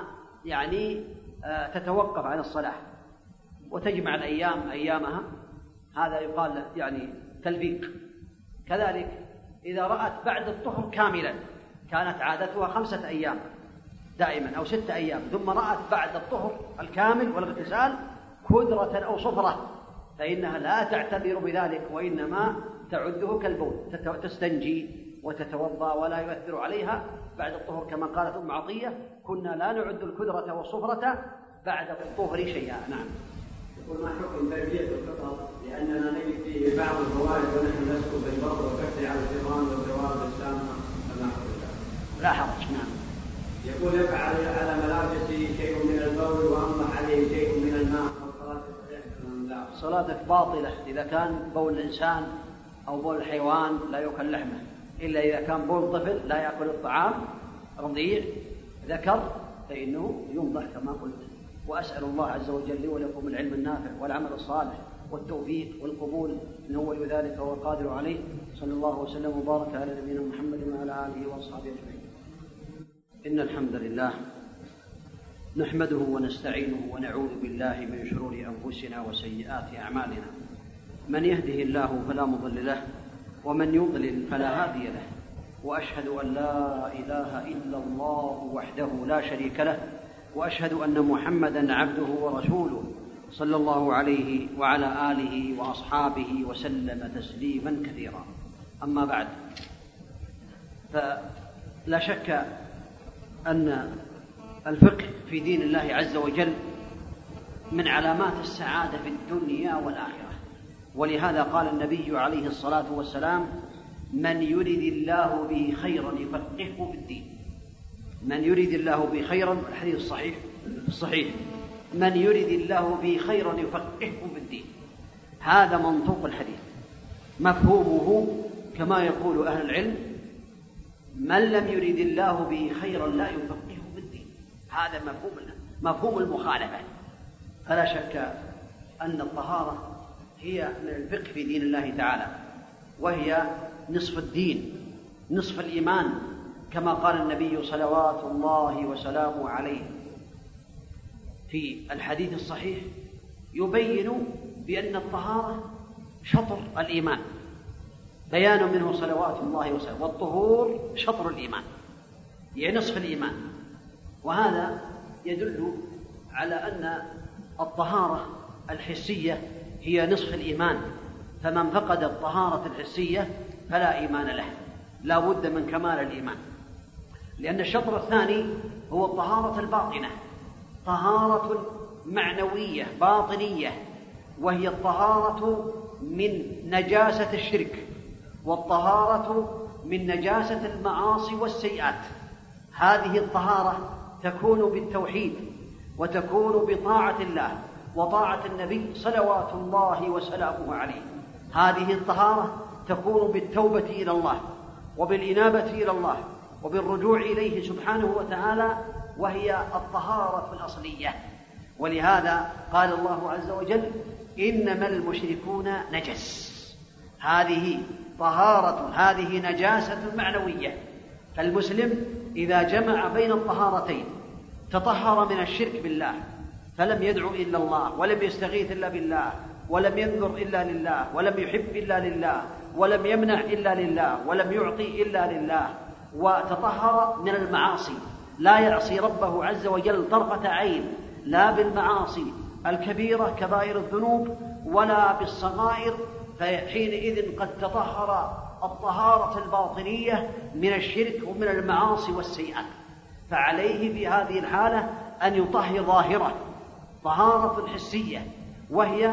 تتوقف عن الصلاة وتجمع الأيام أيامها، هذا يقال تلفيق. كذلك إذا رأت بعد الطهر كاملا كانت عادتها 5 أيام دائما أو 6 أيام ثم رأت بعد الطهر الكامل والاغتسال كدرة أو صفرة فإنها لا تعتبر بذلك وإنما تعده كالبول، تستنجي وتتوضأ ولا يؤثر عليها بعد الطهر، كما قالت أم عطية كنا لا نعد الكدرة والصفرة بعد الطهر شيئا. نعم. يقول ما حكم تربية القطط لأننا نجد فيه بعض الفوائد ونحن نسكب بالبر وكفي على الجيران والجوار بالسامة فما حكم؟ لا حرج. نعم. يقول يقع على ملابسه شيء من البول وأمضح عليه شيء من الماء والصلاة صحيحة؟ صلاتك باطلة إذا كان بول الإنسان أو بول الحيوان لا يؤكل لحمه، إلا إذا كان بول طفل لا يأكل الطعام رضيع ذكر فإنه يمضح كما قلت. وأسأل الله عز وجل لي ولكم العلم النافع والعمل الصالح والتوفيق والقبول إنه ولي ذلك هو القادر عليه. صلى الله وسلم وبارك على نبينا محمد وعلى آله وأصحابه أجمعين. إن الحمد لله نحمده ونستعينه ونعوذ بالله من شرور أنفسنا وسيئات أعمالنا، من يهده الله فلا مضل له ومن يضلل فلا هادي له، وأشهد أن لا إله إلا الله وحده لا شريك له، وأشهد أن محمدا عبده ورسوله صلى الله عليه وعلى آله وأصحابه وسلم تسليما كثيرا. أما بعد، فلا شك أن الفقه في دين الله عز وجل من علامات السعادة في الدنيا والآخرة، ولهذا قال النبي عليه الصلاة والسلام من يرد الله به خيرا يفقهه في الدين. من يرد الله به خيرا، الحديث الصحيح من يرد الله به خيرا يفقهه في الدين. هذا منطوق الحديث. مفهومه كما يقول أهل العلم: من لم يرد الله به خيرا لا يفقهه في الدين. هذا مفهوم المخالفة. فلا شك أن الطهارة هي من الفقه في دين الله تعالى، وهي نصف الدين، نصف الإيمان، كما قال النبي صلوات الله وسلامه عليه في الحديث الصحيح، يبين بأن الطهارة شطر الإيمان، بيان منه صلوات الله وسلامه، والطهور شطر الإيمان، يعني نصف الإيمان. وهذا يدل على أن الطهارة الحسية هي نصف الإيمان، فمن فقد الطهارة الحسية فلا إيمان له، لا بد من كمال الإيمان. لأن الشطر الثاني هو الطهارة الباطنة، طهارة معنوية باطنية، وهي الطهارة من نجاسة الشرك، والطهارة من نجاسة المعاصي والسيئات. هذه الطهارة تكون بالتوحيد، وتكون بطاعة الله وطاعة النبي صلوات الله وسلامه عليه. هذه الطهارة تكون بالتوبة إلى الله، وبالإنابة إلى الله، وبالرجوع إليه سبحانه وتعالى، وهي الطهارة الأصلية. ولهذا قال الله عز وجل: إنما المشركون نجس. هذه طهارة، هذه نجاسة معنوية. فالمسلم إذا جمع بين الطهارتين، تطهر من الشرك بالله فلم يدعو إلا الله، ولم يستغيث إلا بالله، ولم ينذر إلا لله، ولم يحب إلا لله، ولم يمنع إلا لله، ولم يعطي إلا لله، وتطهر من المعاصي، لا يعصي ربه عز وجل طرفة عين، لا بالمعاصي الكبيرة كبائر الذنوب ولا بالصغائر، فحينئذ قد تطهر الطهارة الباطنية من الشرك ومن المعاصي والسيئات. فعليه في هذه الحالة أن يطهر ظاهرة، طهارة حسية، وهي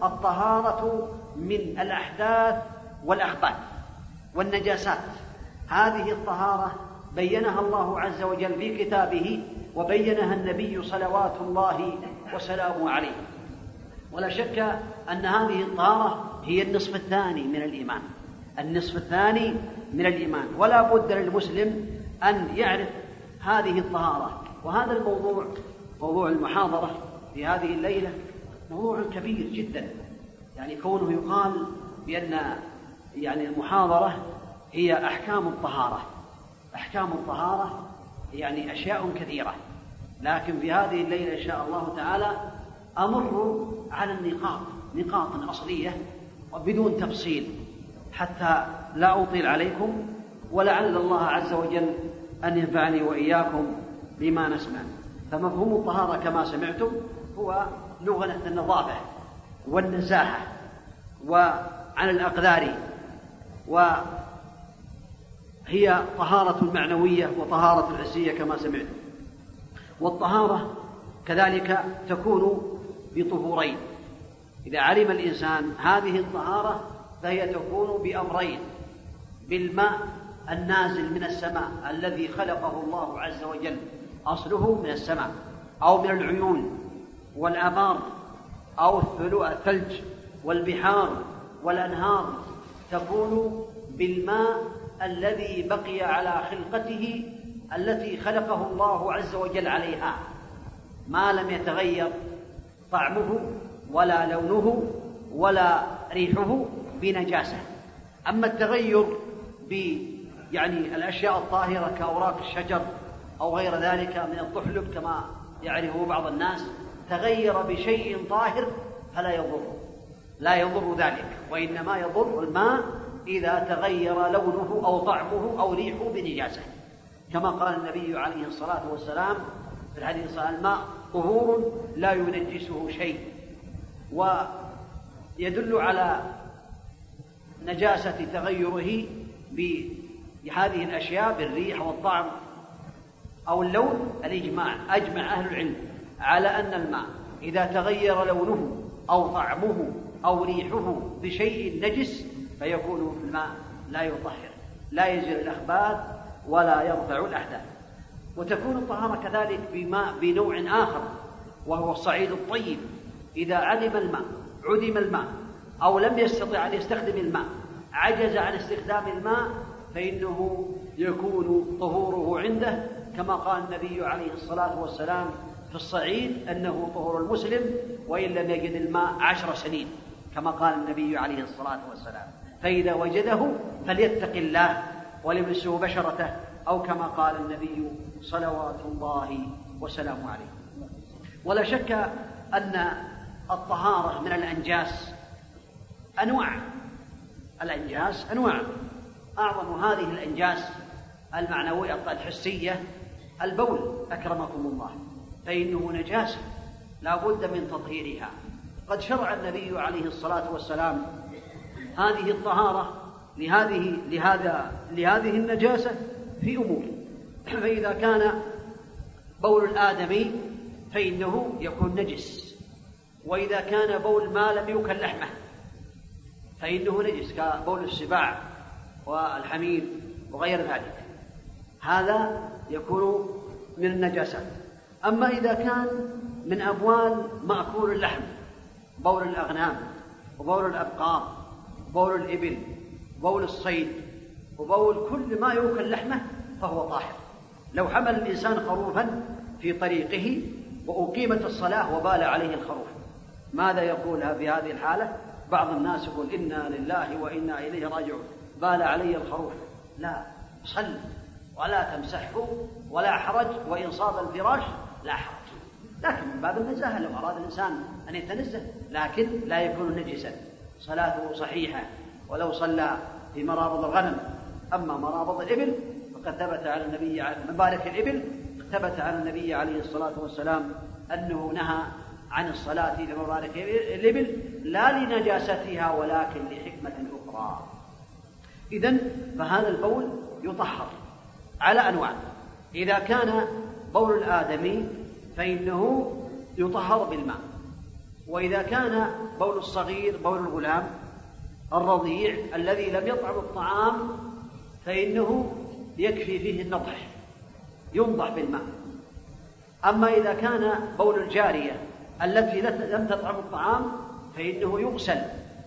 الطهارة من الأحداث والأخبث والنجاسات. هذه الطهارة بينها الله عز وجل في كتابه، وبينها النبي صلوات الله وسلامه عليه. ولا شك أن هذه الطهارة هي النصف الثاني من الإيمان، النصف الثاني من الإيمان. ولا بد للمسلم أن يعرف هذه الطهارة. وهذا الموضوع، موضوع المحاضرة في هذه الليلة، موضوع كبير جدا، يعني كونه يقال بأن المحاضرة هي أحكام الطهارة. أحكام الطهارة يعني أشياء كثيرة، لكن في هذه الليلة إن شاء الله تعالى أمر على نقاط أصلية وبدون تفصيل، حتى لا أطيل عليكم، ولعل الله عز وجل أن ينفعني وإياكم بما نسمع. فمفهوم الطهارة كما سمعتم هو لغة النظافة والنزاهة وعن الأقذار، وهي طهارة معنوية وطهارة حسية كما سمعتم. والطهارة كذلك تكون بطهورين. إذا علم الإنسان هذه الطهارة فهي تكون بأمرين: بالماء النازل من السماء الذي خلقه الله عز وجل، أصله من السماء، أو من العيون والآبار أو الثلج والبحار والأنهار، تكون بالماء الذي بقي على خلقته التي خلقه الله عز وجل عليها، ما لم يتغير طعمه ولا لونه ولا ريحه بنجاسة. أما التغير الأشياء الطاهرة كأوراق الشجر أو غير ذلك من الطحلب كما يعرفه بعض الناس، تغير بشيء طاهر فلا لا يضر ذلك، وإنما يضر الماء إذا تغير لونه أو طعمه أو ريحه بنجاسة، كما قال النبي عليه الصلاة والسلام في الحديث الصحيح: الماء طهور لا ينجسه شيء. ويدل على نجاسة تغيره بهذه الأشياء بالريح والطعم أو اللون الإجماع. أجمع أهل العلم على أن الماء إذا تغير لونه أو طعمه أو ريحه بشيء نجس فيكون الماء لا يطهر، لا يزيل الأخباث ولا يرفع الأحداث. وتكون الطهارة كذلك بنوع آخر وهو الصعيد الطيب. إذا عدم الماء أو لم يستطع أن يستخدم الماء، عجز عن استخدام الماء، فإنه يكون طهوره عنده كما قال النبي عليه الصلاة والسلام في الصعيد أنه طهور المسلم وإن لم يجد الماء 10 سنين كما قال النبي عليه الصلاة والسلام. فإذا وجده فليتق الله وليمسه بشرته، أو كما قال النبي صلوات الله وسلامه عليه. ولا شك أن الطهارة من الأنجاس أنواع. أعظم هذه الأنجاس المعنوية الحسية البول أكرمكم الله، فإنه نجاسة لا بد من تطهيرها. قد شرع النبي عليه الصلاة والسلام هذه الطهارة لهذه النجاسة في أمور. فإذا كان بول الآدمي فإنه يكون نجس، وإذا كان بول ما لم يؤكل لحمه فإنه نجس كبول السباع والحمير وغير ذلك، هذا يكون من النجاسات. أما إذا كان من أبوال مأكول اللحم، بول الأغنام وبول الأبقار وبول الإبل وبول الصيد وبول كل ما يؤكل لحمه فهو طاهر. لو حمل الإنسان خروفا في طريقه وأقيمت الصلاة وبال عليه الخروف، ماذا يقول في هذه الحالة؟ بعض الناس يقول إنا لله وإنا إليه راجعون، بال علي الخروف، لا، صل ولا تمسحه ولا حرج، وإن صاب الفراش لا حرج، لكن من باب النزاهة لو أراد الإنسان أن يتنزه، لكن لا يكون نجسا، صلاته صحيحة ولو صلى في مرابض الغنم. أما مرابض الإبل فقد ثبت على النبي مبارك الإبل ثبت على النبي عليه الصلاة والسلام أنه نهى عن الصلاة في مبارك الإبل لا لنجاستها ولكن لحكمة أخرى. إذن فهذا البول يطهر على أنواع. إذا كان بول الآدمي فإنه يطهر بالماء، وإذا كان بول الصغير بول الغلام الرضيع الذي لم يطعم الطعام فإنه يكفي فيه النضح، ينضح بالماء. أما إذا كان بول الجارية التي لم تطعم الطعام فإنه يغسل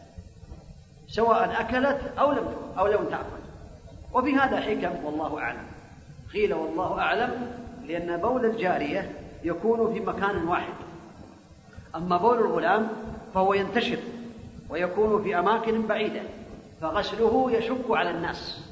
سواء أكلت أو لم تأكل. وفي هذا حكم والله أعلم. قيل والله أعلم لأن بول الجارية يكون في مكان واحد، أما بول الغلام فهو ينتشر ويكون في أماكن بعيدة، فغسله يشق على الناس،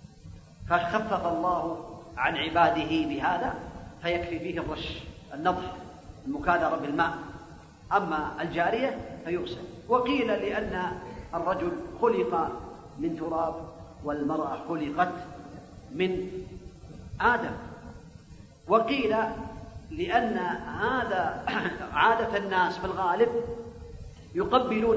فخفف الله عن عباده بهذا فيكفي فيه الرش النضح المكاثرة بالماء. أما الجارية فيغسل. وقيل لأن الرجل خلق من تراب والمرأة خلقت من آدم. وقيل لأن هذا عادة الناس في الغالب يقبلون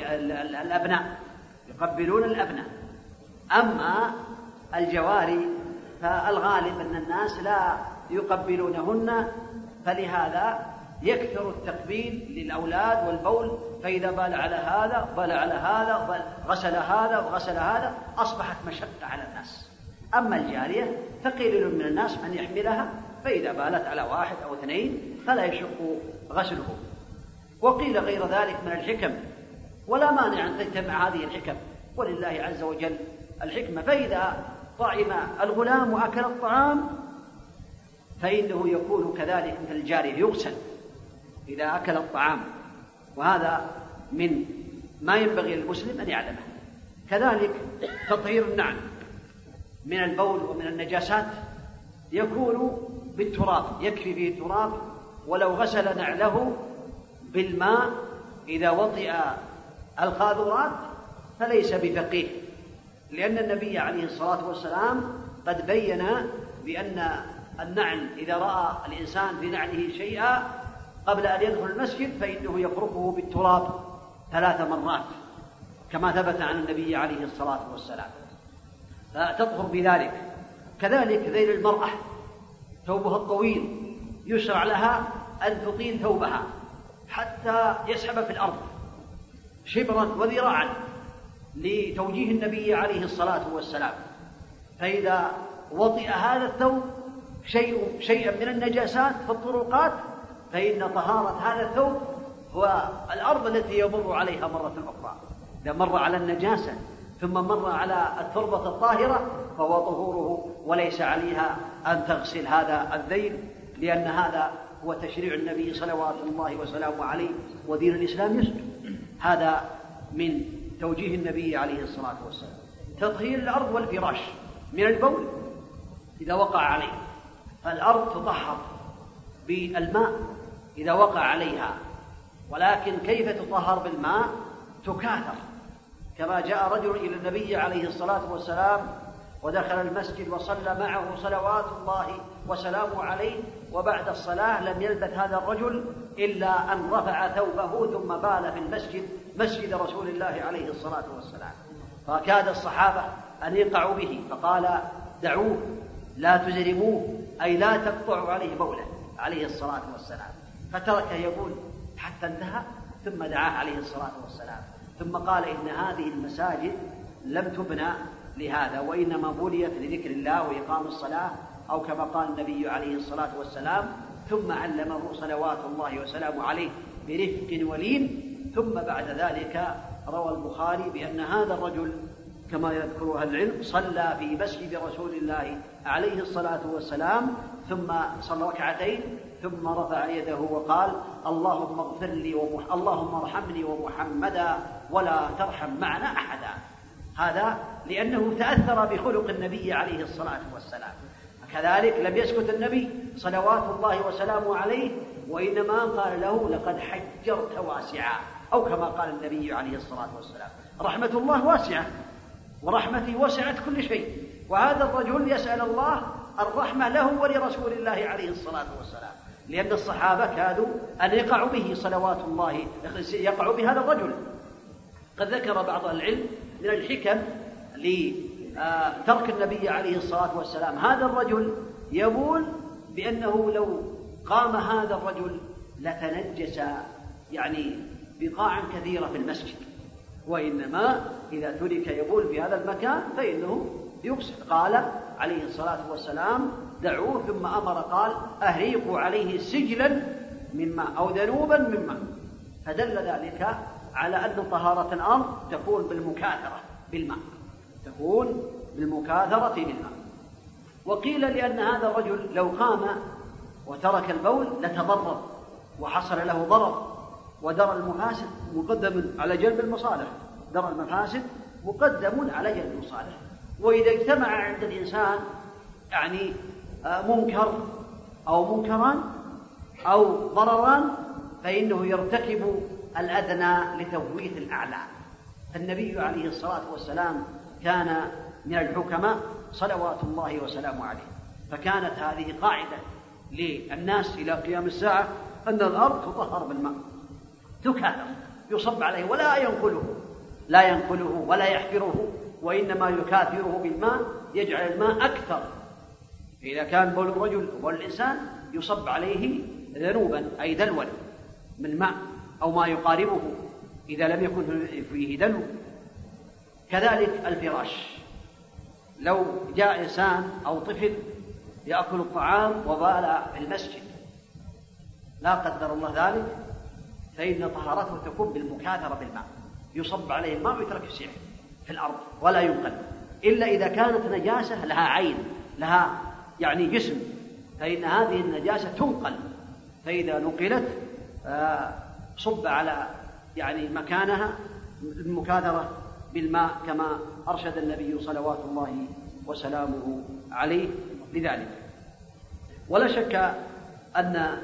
الأبناء، أما الجواري فالغالب أن الناس لا يقبلونهن، فلهذا يكثر التقبيل للأولاد والبول، فإذا بال على هذا بال على هذا غسل هذا وغسل هذا أصبحت مشقة على الناس. أما الجارية فقليل من الناس من يحملها، فإذا بالت على 1 أو 2 فلا يشق غسله. وقيل غير ذلك من الحكم، ولا مانع أن تجتمع هذه الحكم، ولله عز وجل الحكمة. فإذا طعم الغلام وأكل الطعام فإنه يكون كذلك مثل الجارية يغسل إذا أكل الطعام، وهذا من ما ينبغي للمسلم أن يعلمه. كذلك تطهير النعل من البول ومن النجاسات يكون بالتراب، يكفي فيه التراب، ولو غسل نعله بالماء إذا وطئ القاذورات فليس بفقيه، لأن النبي عليه الصلاة والسلام قد بين بأن النعل إذا رأى الإنسان في نعله شيئا قبل أن يدخل المسجد فإنه يقرفه بالتراب 3 مرات كما ثبت عن النبي عليه الصلاة والسلام، فتطهر بذلك. كذلك ذيل المرأة ثوبها الطويل يشرع لها أن تطيل ثوبها حتى يسحب في الأرض شبرا وذراعا، لتوجيه النبي عليه الصلاة والسلام، فإذا وطئ هذا الثوب شيئا من النجاسات في الطرقات فإن طهارة هذا الثوب هو الأرض التي يمر عليها مرة أخرى. إذا مر على النجاسة ثم مر على التربة الطاهرة فهو طهوره، وليس عليها أن تغسل هذا الذيل، لأن هذا هو تشريع النبي صلوات الله وسلامه عليه، ودين الإسلام يسر. هذا من توجيه النبي عليه الصلاة والسلام. تطهير الأرض والفراش من البول إذا وقع عليه، فالأرض تطهر بالماء إذا وقع عليها، ولكن كيف تطهر بالماء؟ تكاثر، كما جاء رجل إلى النبي عليه الصلاة والسلام ودخل المسجد وصلى معه صلوات الله وسلامه عليه، وبعد الصلاة لم يلبث هذا الرجل إلا أن رفع ثوبه ثم بال في المسجد، مسجد رسول الله عليه الصلاة والسلام، فكاد الصحابة أن يقعوا به، فقال دعوه لا تزرموه، أي لا تقطعوا عليه بوله عليه الصلاة والسلام، فتركه يقول حتى انتهى، ثم دعاه عليه الصلاة والسلام، ثم قال إن هذه المساجد لم تبنى لهذا، وإنما بنيت لذكر الله وإقام الصلاة، أو كما قال النبي عليه الصلاة والسلام، ثم علمه صلوات الله وسلامه عليه برفق ولين. ثم بعد ذلك روى البخاري بأن هذا الرجل كما يذكرها العلم صلى في مسجد رسول الله عليه الصلاة والسلام، ثم صلى ركعتين، ثم رفع يده وقال اللهم اغفر لي اللهم ارحمني ومحمدا ولا ترحم معنا أحدا. هذا لأنه تأثر بخلق النبي عليه الصلاة والسلام. كذلك لم يسكت النبي صلوات الله وسلامه عليه، وإنما قال له لقد حجرت واسعا، أو كما قال النبي عليه الصلاة والسلام رحمة الله واسعة ورحمتي وسعت كل شيء، وهذا الرجل يسأل الله الرحمة له ولرسول الله عليه الصلاة والسلام، لأن الصحابة كادوا أن يقعوا به صلوات الله، يقعوا بهذا الرجل. قد ذكر بعض العلم من الحكم لترك النبي عليه الصلاة والسلام هذا الرجل، يقول بأنه لو قام هذا الرجل لتنجس يعني بقاع كثيرة في المسجد، وإنما إذا ترك يقول في هذا المكان فإنه يغسل. قال عليه الصلاة والسلام دعوه، ثم أمر قال أهريقوا عليه سجلا من ماء أو ذنوبا من ماء، فدل ذلك على أن طهارة الأرض تكون بالمكاثرة بالماء، تكون بالمكاثرة بالماء. وقيل لأن هذا الرجل لو قام وترك البول لتضرر وحصل له ضرر، ودرء المفاسد مقدم على جلب المصالح، درء المفاسد مقدم على جلب المصالح. وإذا اجتمع عند الإنسان يعني منكر أو منكران أو ضرران فإنه يرتكب الأدنى لتفويت الأعلى. فالنبي عليه الصلاة والسلام كان من الحكماء صلوات الله وسلامه عليه، فكانت هذه قاعدة للناس إلى قيام الساعة أن الأرض تطهر بالماء، تكاثر، يصب عليه لا ينقله ولا يحفره، وإنما يكاثره بالماء، يجعل الماء أكثر. إذا كان بول الرجل وبول الإنسان يصب عليه ذنوبا أي دلوا من ماء أو ما يقاربه إذا لم يكن فيه دلو. كذلك الفراش، لو جاء إنسان أو طفل يأكل الطعام وبال في المسجد لا قدر الله ذلك، فإن طهارته تكون بالمكاثرة بالماء، يصب عليه الماء ويترك يسيح في الأرض ولا ينقل، إلا إذا كانت نجاسة لها عين، لها يعني جسم، فإن هذه النجاسة تنقل، فإذا نقلت صب على يعني مكانها المكاثرة بالماء كما أرشد النبي صلوات الله وسلامه عليه لذلك. ولا شك أن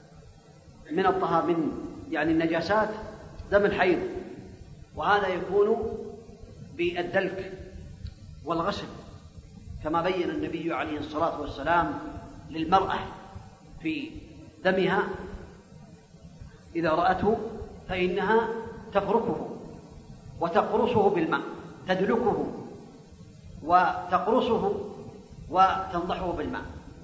من الطهارة من يعني النجاسات دم الحيض، وهذا يكون بالدلك والغسل، كما بين النبي عليه الصلاة والسلام للمرأة في دمها إذا رأته فإنها تفركه وتقرصه بالماء، تدلكه وتقرصه وتنضحه بالماء،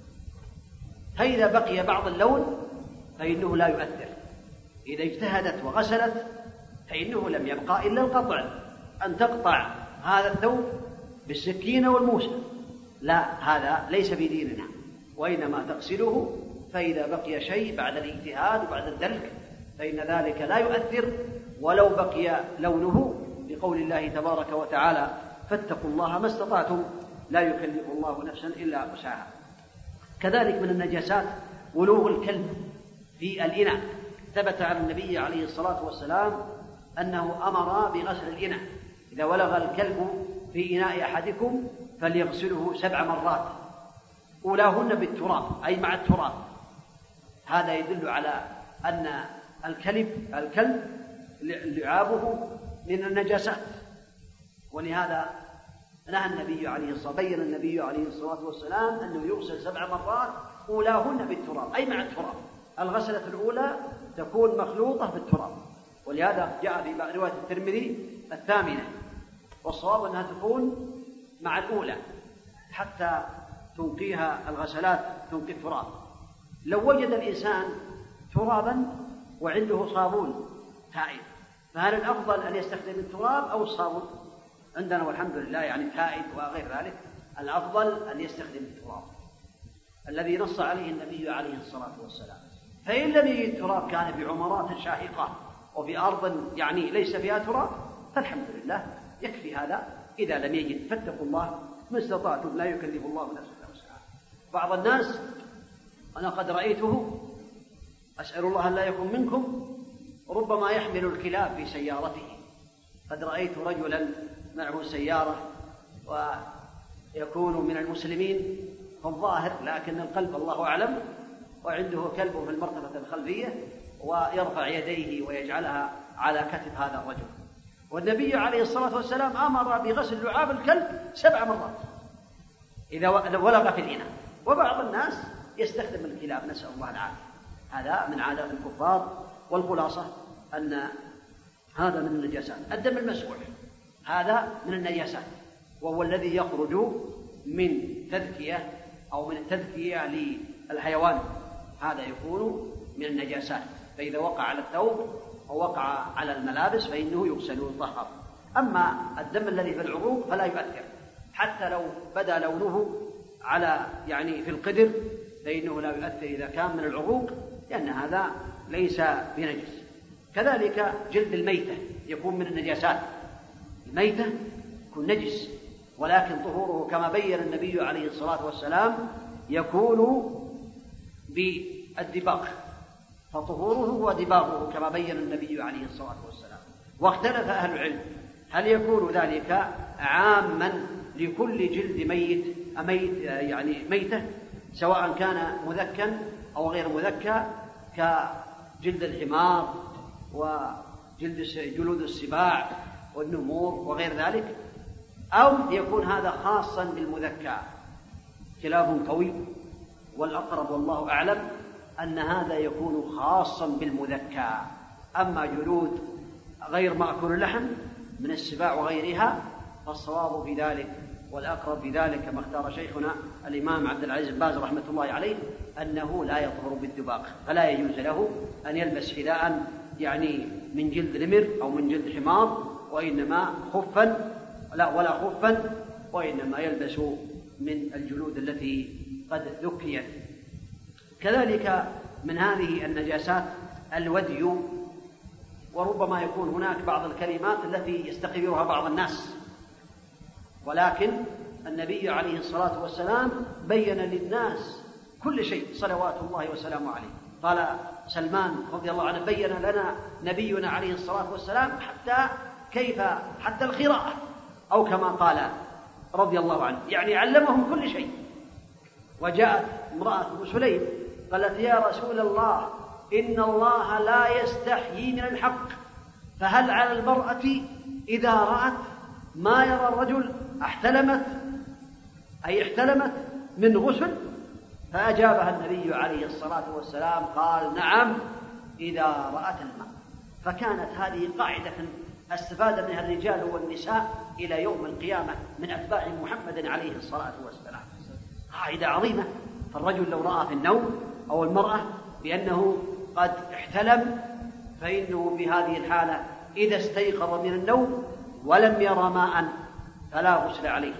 فإذا بقي بعض اللون فإنه لا يؤثر. إذا اجتهدت وغسلت فإنه لم يبقى إلا القطع أن تقطع هذا الثوب بالسكينة والموسى، لا، هذا ليس بديننا، وإنما تغسله، فإذا بقي شيء بعد الاجتهاد وبعد الدلك فإن ذلك لا يؤثر ولو بقي لونه، بقول الله تبارك وتعالى: فاتقوا الله ما استطعتم لا يكلف الله نفسا إلا وسعها. كذلك من النجاسات ولوغ الكلب في الإناء، ثبت عن النبي عليه الصلاة والسلام أنه أمر بغسل الإناء، إذا ولغ الكلب في إناء أحدكم فليغسله 7 مرات، أولاهن بالتراب أي مع التراب. هذا يدل على أن الكلب لعابه من النجاسات، ولهذا نهى النبي عليه الصلاة بين النبي عليه الصلاة والسلام أنه يغسل 7 مرات أولاهن بالتراب أي مع التراب. الغسلة الأولى تكون مخلوطة بالتراب، ولهذا جاء في رواية الترمذي 8، والصواب أنها تكون مع الأولى حتى تنقيها الغسلات تنقي التراب. لو وجد الإنسان ترابا وعنده صابون تائب، فهل الأفضل أن يستخدم التراب أو الصابون؟ عندنا والحمد لله يعني تائب وغير ذلك، الأفضل أن يستخدم التراب الذي نص عليه النبي عليه الصلاة والسلام. فإن لم يجد تراب، كان بعمرات شاهقة وفي أرض يعني ليس فيها تراب، فالحمد لله يكفي هذا. إذا لم يجد فاتقوا الله ما استطعتم لا يكلف الله نفسا إلا وسعها. بعض الناس أنا قد رأيته، أسأل الله أن لا يكون منكم، ربما يحمل الكلاب في سيارته. قد رأيت رجلا معه سيارة ويكون من المسلمين في الظاهر، لكن القلب الله أعلم، وعنده كلب في المرتبة الخلفية ويرفع يديه ويجعلها على كتف هذا الرجل، والنبي عليه الصلاة والسلام أمر بغسل لعاب الكلب 7 مرات إذا ولغ في الإناء. وبعض الناس يستخدم الكلاب، نسأل الله العافية، هذا من عادات الكفار. والخلاصة أن هذا من النجاسات. الدم المسفوح هذا من النجاسات، وهو الذي يخرج من تذكية أو من التذكية للحيوان، هذا يكون من النجاسات. فإذا وقع على الثوب أو وقع على الملابس فإنه يغسل ويطهر. أما الدم الذي في العروق فلا يؤثر، حتى لو بدا لونه على يعني في القدر فإنه لا يؤثر إذا كان من العروق، لأن هذا ليس بنجس. كذلك جلد الميتة يكون من النجاسات، الميتة يكون نجس، ولكن طهوره كما بين النبي عليه الصلاة والسلام يكون بالدباغ، فطهوره هو دباغه كما بين النبي عليه الصلاة والسلام. واختلف أهل العلم هل يكون ذلك عاما لكل جلد يعني ميتة، سواء كان مذكا أو غير مذكى، كجلد الحمار وجلود السباع والنمور وغير ذلك، أو يكون هذا خاصا بالمذكى. خلاف قوي، والأقرب والله أعلم أن هذا يكون خاصا بالمذكى. أما جلود غير مأكول اللحم من السباع وغيرها فالصواب في ذلك والأقرب في ذلك كما اختار شيخنا الإمام عبد العزيز بن باز رحمة الله عليه أنه لا يطهر بالدباغ، فلا يجوز له أن يلبس حذاء يعني من جلد نمر أو من جلد حمار، وإنما ولا خفا، وإنما يلبس من الجلود التي قد ذكيت. كذلك من هذه النجاسات الودي، وربما يكون هناك بعض الكلمات التي يستقبلها بعض الناس، ولكن النبي عليه الصلاة والسلام بين للناس كل شيء صلوات الله وسلامه عليه. قال سلمان رضي الله عنه بين لنا نبينا عليه الصلاة والسلام حتى القراءة، أو كما قال رضي الله عنه، يعني علمهم كل شيء. وجاءت امرأة أم سليم قالت يا رسول الله إن الله لا يستحيي من الحق، فهل على المرأة إذا رأت ما يرى الرجل احتلمت من غسل؟ فأجابها النبي عليه الصلاة والسلام قال نعم إذا رأت الماء. فكانت هذه قاعدة استفاد منها الرجال والنساء إلى يوم القيامة من أتباع محمد عليه الصلاة والسلام، قاعدة عظيمة. فالرجل لو رأى في النوم أو المرأة بأنه قد احتلم، فإنه في هذه الحالة إذا استيقظ من النوم ولم ير ماء فلا غسل عليه،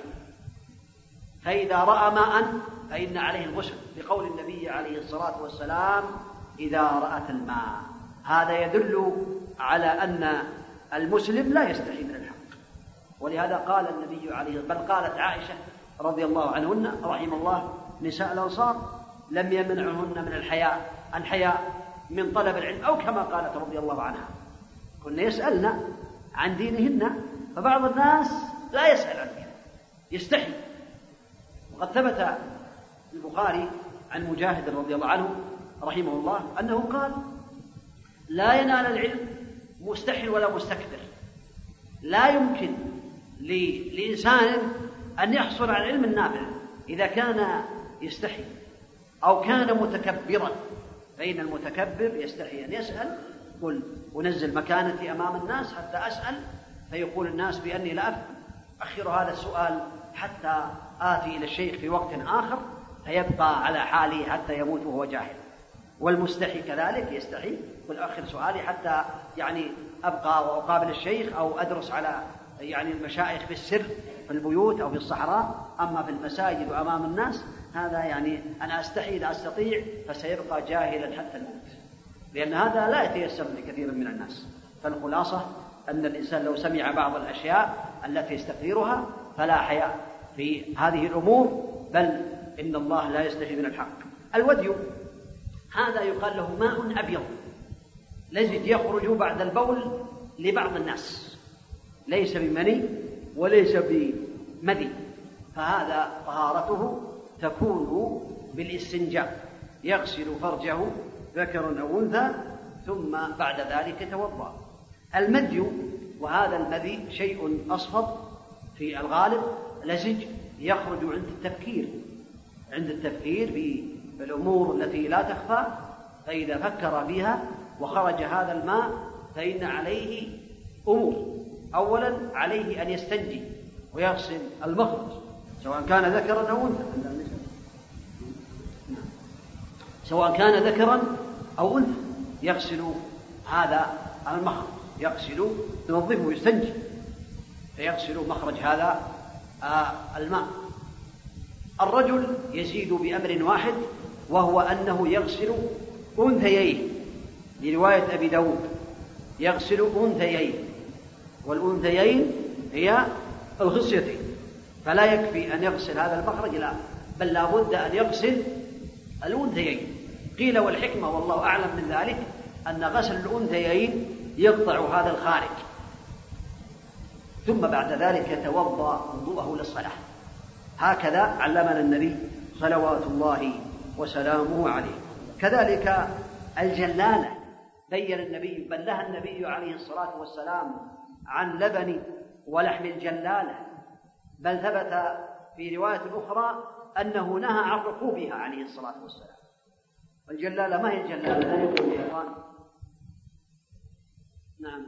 فإذا رأى ماء فإن عليه الغسل، لقول النبي عليه الصلاة والسلام إذا رأت الماء. هذا يدل على أن المسلم لا يستحي من الحق، ولهذا قال النبي عليه، بل قالت عائشة رضي الله عنهن رحم الله نساء الأنصار لم يمنعهن من الحياء من طلب العلم، أو كما قالت رضي الله عنها كنا يسألن عن دينهن، فبعض الناس لا يسأل عن دينه يستحي. وقد ثبت البخاري عن مجاهد رضي الله عنه رحمه الله أنه قال لا ينال العلم مستحي ولا مستكبر. لا يمكن لإنسان أن يحصل على العلم النافع إذا كان يستحي أو كان متكبرا، فإن المتكبر يستحي أن يسأل، قل أنزل مكانتي أمام الناس حتى أسأل، فيقول الناس بأني لا أفهم، أخر هذا السؤال حتى آتي إلى الشيخ في وقت آخر، فيبقى على حاله حتى يموت وهو جاهل. والمستحي كذلك يستحي، قل أخر سؤالي حتى أبقى وأقابل الشيخ أو أدرس على المشايخ في السر في البيوت أو في الصحراء. أما في المساجد وأمام الناس هذا أنا أستحي لا أستطيع، فسيبقى جاهلا حتى الموت، لأن هذا لا يتيسر لكثير من الناس. فالخلاصة أن الإنسان لو سمع بعض الأشياء التي يستكثرها فلا حياء في هذه الأمور، بل إن الله لا يستحي من الحق. الودي هذا يقال له ماء أبيض لزج يخرج بعد البول لبعض الناس، ليس بمني وليس بمذي، فهذا طهارته تكون بالاستنجاء، يغسل فرجه ذكر أو أنثى ثم بعد ذلك يتوضأ. المذي، وهذا المذي شيء أصفر في الغالب لزج يخرج عند التفكير بالأمور التي لا تخفى، فإذا فكر فيها وخرج هذا الماء فإن عليه أمور. أولا عليه أن يستنجي ويغسل المخرج سواء كان ذكرا أو أنثى، سواء كان ذكرا أو أنثى يغسل هذا المخرج، يغسل ينظفه يستنجي فيغسل مخرج هذا الماء. الرجل يزيد بأمر واحد، وهو أنه يغسل أنثيين، لرواية أبي داود يغسل أنثيين، والأنثيين هي الخصيتين، فلا يكفي أن يغسل هذا المخرج، لا بل لا بد أن يغسل الأنثيين. قيل والحكمة والله أعلم من ذلك أن غسل الأنثيين يقطع هذا الخارج، ثم بعد ذلك يتوضأ وضوءه للصلاة. هكذا علمنا النبي صلوات الله وسلامه عليه. كذلك الجلالة بين النبي، بل نهى النبي عليه الصلاة والسلام عن لبن ولحم الجلالة، بل ثبت في رواية أخرى أنه نهى عن ركوبها عليه الصلاة والسلام. والجلالة ما هي الجلالة؟ لا يقول الشيطان. نعم،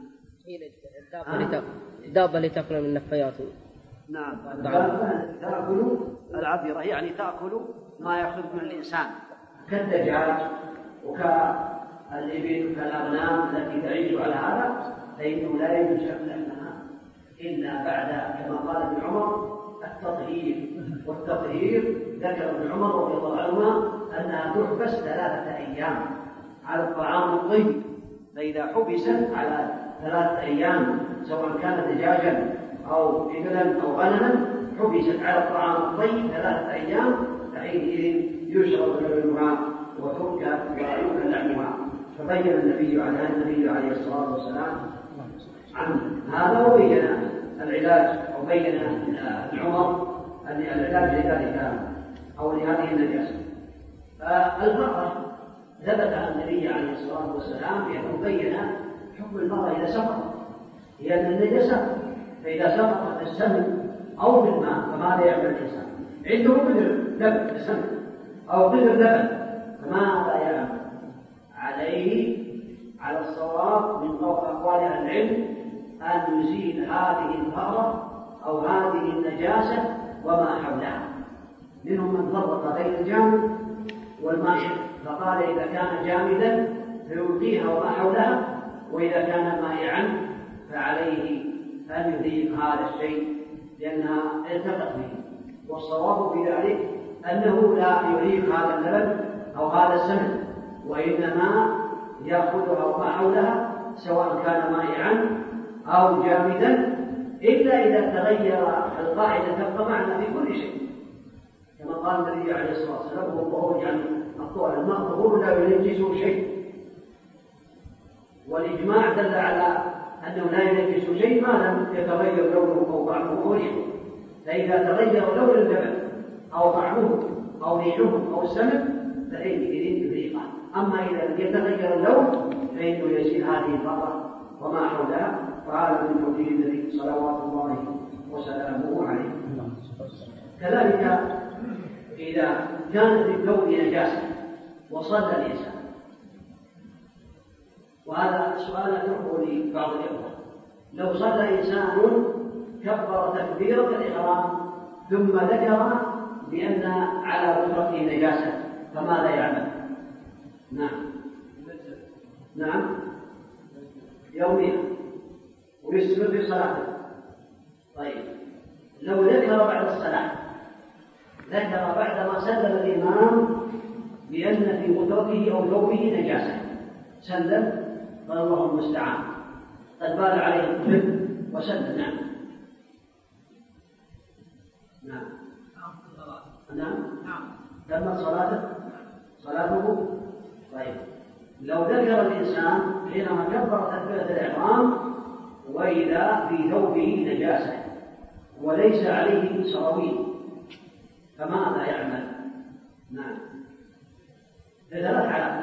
الدابة اللي تأكل من نفياته. نعم، تأكل العذرة، يعني تأكل ما يأخذ من الإنسان كالدجاج وكالإبل وكالأغنام التي تعيش على هذا، فإنه لا يجوز أكل لحمها إلا بعد كما قال ابن عمر التطهير. والتطهير ذكر ابن عمر رضي الله عنهما أنها تحبس 3 أيام على الطعام الطيب، فإذا حبست على 3 أيام سواء كان دجاجا أو إبلا أو غنما حبست على الطعام الطيب 3 أيام، فحينئذ يشرب لبنها ويؤكل لحمها. فبين النبي عليه الصلاة والسلام عن هذا، وبين العلاج، أو بين عمر أن العلاج لذلك أو لهذه النجاسة. فالمرأة ثبت عن النبي عليه الصلاة والسلام بأنه بين حكم المرأة إذا سقطت، هي من النجاسة، فإذا سقطت في السمن أو في الماء فماذا يعمل الإنسان؟ عنده قدر لبن في السمن أو قدر لبن، فماذا يعمل؟ عليه على الصواب من أقوال العلم أن يزيل هذه الفأرة أو هذه النجاسة وما حولها. منهم من فرق بين الجامد والماء، فقال إذا كان جامدا فيلقيها وما حولها، وإذا كان مائعا فعليه أن يذيق هذا الشيء لأنها التقت به، والصواب في ذلك أنه لا يذيق هذا اللبن أو هذا السمن، وإنما يأخذها ما حولها سواء كان مائعا أو جامدا، إلا إذا تغير القاعدة تبقى معنا في كل شيء، كما قال النبي عليه الصلاة والسلام: وهو يعني الطهور الماء طهور لا ينجسه شيء. والإجماع دل على أنه لا ينجسه شيء ما لم يتغير لونه أو طعمه أو ريحه، فإذا تغير لون اللبن أو طعمه أو ريحه أو السمن فحينئذ يذيقه. أما إذا لم يتغير اللون فإنه يزيل هذه الضرة وما حولها، وهذا من توحيد النبي صلوات الله وسلامه عليه. كذلك إذا كانت في الثوب نجاسة وصلى الإنسان، وهذا السؤال أتركه لبعض الإخوة، لو صلى إنسان كبر تكبيرة الإحرام ثم ذكر بأن على بشرته نجاسة فماذا يعمل؟ نعم يوميا ويستمر في صلاته. طيب لو ذكر بعد الصلاة، ذكر بعدما سلم الإمام بأن في غترته أو ثوبه نجاسة، سلم فالله المستعان، قد بال عليه الطفل وسلم. نعم تمت صلاته. طيب لو ذكر الإنسان حينما كبر تكبيرة الإحرام وإذا في ثوبه نجاسة وليس عليه سراويل فماذا يعمل؟ ثلاث حالات.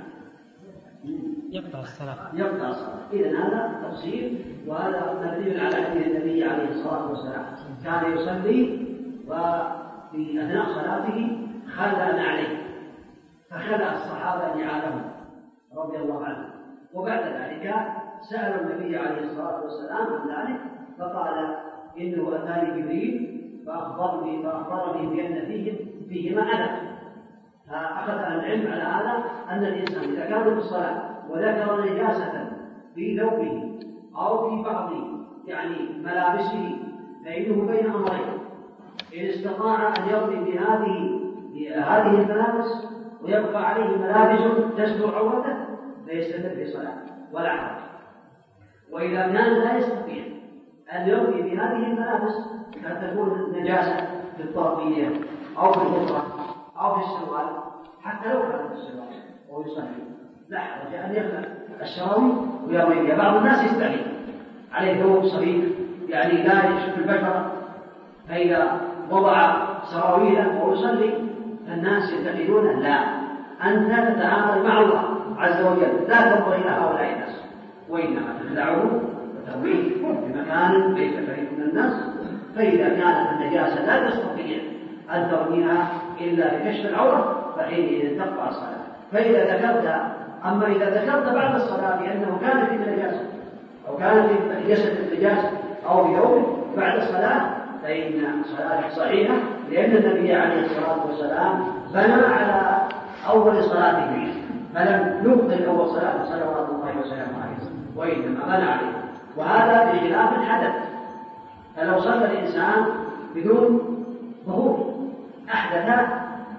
يقطع الصلاة. إذن هذا تفصيل، وهذا مبني على حديث النبي عليه الصلاة والسلام، كان يصلي وفي أثناء صلاته خلع عليه فخلع الصحابة نعالهم رضي الله عنهم، وبعد ذلك سأل النبي عليه الصلاة والسلام عن ذلك فقال: إنه أتاني جبريل فأخبرني بأن فيهما أذى. فأخذ العلم على هذا أن الإنسان إذا كان في الصلاة وذكر نجاسة في ثوبه أو في بعض ملابسه فإنه بين أمرين: إن استطاع أن يرمي بهذه الملابس ويبقى عليه ملابس تستر عورته فيستمر في صلاته ولا حرج، وإذا كان لا يستطيع أن يرمي بهذه الملابس قد تكون نجاسة في الطرقية أو في الغفرة أو في السروال، حتى لو كان في السروال ويصلي لا حرج أن يخلع السراويل ويرميها. بعض الناس يستغل عليه ثوب صغير لا يشوف البشرة، فإذا وضع سراويله ويصلي فالناس يعتقدون لا، أنت تتعامل مع الله عز وجل، لا تنظر إلى هؤلاء الناس، وإنما تخلعه وترميه بمكان ليس فريق من الناس. فإذا كانت النجاسة لا تستطيع أن ترميها إلا بكشف العورة فحينئذ تقطع الصلاة. أما إذا ذكرت بعد الصلاة بأنه كان في نجاسة أو كان في جسد النجاسة أو في ثوبه بعد الصلاة فإن صلاتك صحيحة، لأن النبي عليه الصلاة والسلام بنى على أول صلاة به، فلم يبطل أول صلاة صلوات الله وسلامه عليه، وإنما بنى عليه، وهذا بخلاف الحدث. فلو صلى الإنسان بدون ظهور أحدث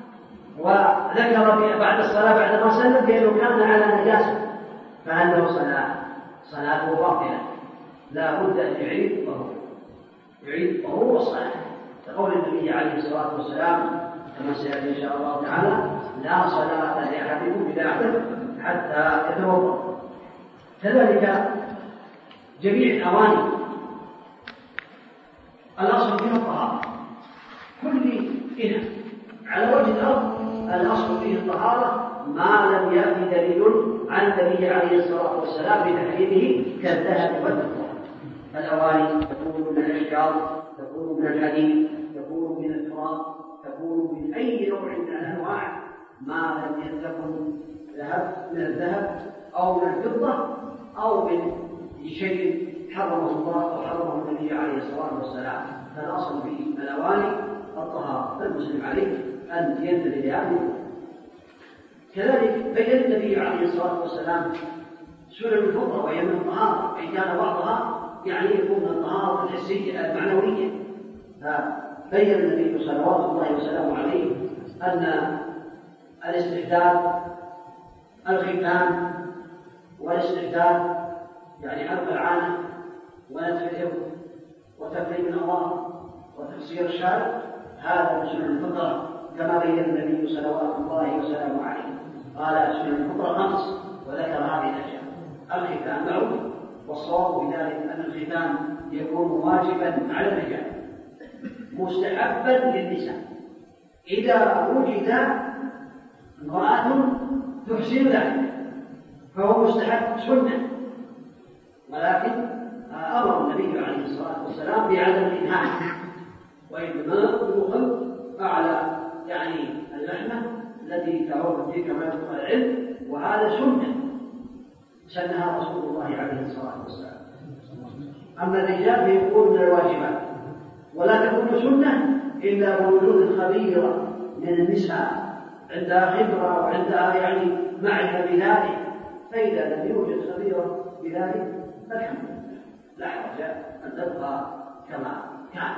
وذكر بعد الصلاة بعد ما سلم بأنه كان على نجاسة فهل له صلاته باطلة، لا بد أن يعيد طهور الصلاة، لقول النبي عليه الصلاة والسلام كما سيأتي إن شاء الله تعالى: لا صلاة لأحدكم إذا أحدث حتى يتوضأ. كذلك جميع الأواني الأصل فيها الطهارة، كل إناء على وجه الأرض الأصل فيه الطهارة ما لم يأتي دليل عن النبي عليه الصلاة والسلام بتحريمه كالذهب والفضة. الأواني تكون من الأشجار، تكون من الحديد، تكون من التراب، تكون من أي نوع من الأنواع ما لم يكن من الذهب أو من الفضة أو من شيء حرمه الله أو حرمه النبي عليه الصلاة والسلام. فالأصل في الأواني الطهارة، فالمسلم عليه أن ينتبه لهذه. كذلك بين النبي عليه الصلاة والسلام سنن الفضة وهي من الطهارة، إن كان بعضها يعني يكون من الطهارة الحسية المعنوية. فبين النبي صلوات الله وسلامه عليه أن الاستحداث الختان والاستحداث يعني حلق العانة ونتف الإبط وتقليم الأظافر وتقصير الشعر هذا من سنن الفطرة كما بين النبي صلوات الله وسلامه عليه. قال سنن الفطرة 5 وذكر هذه الأشياء. الختان معروف، والصواب بذلك أن الختان يكون واجبا على الرجال مستحبا للنساء إذا وجد امرأة تحسن ذلك فهو مستحب سنة، ولكن أمر النبي عليه الصلاة والسلام بعدم الإنهاء وإنما يؤخذ أعلى يعني اللحمة التي تعود فيه كما يذكر العلم، وهذا سنة سنها رسول الله عليه الصلاة والسلام. أما الرجال فيكون من الواجبات، ولا تكون سنة إلا بوجود خبيرة من النساء عندها خبرة وعندها يعني معرفة بذلك، فإذا لم يوجد خبيرة بذلك فالحمد لله لا حرج أن تبقى كما كان.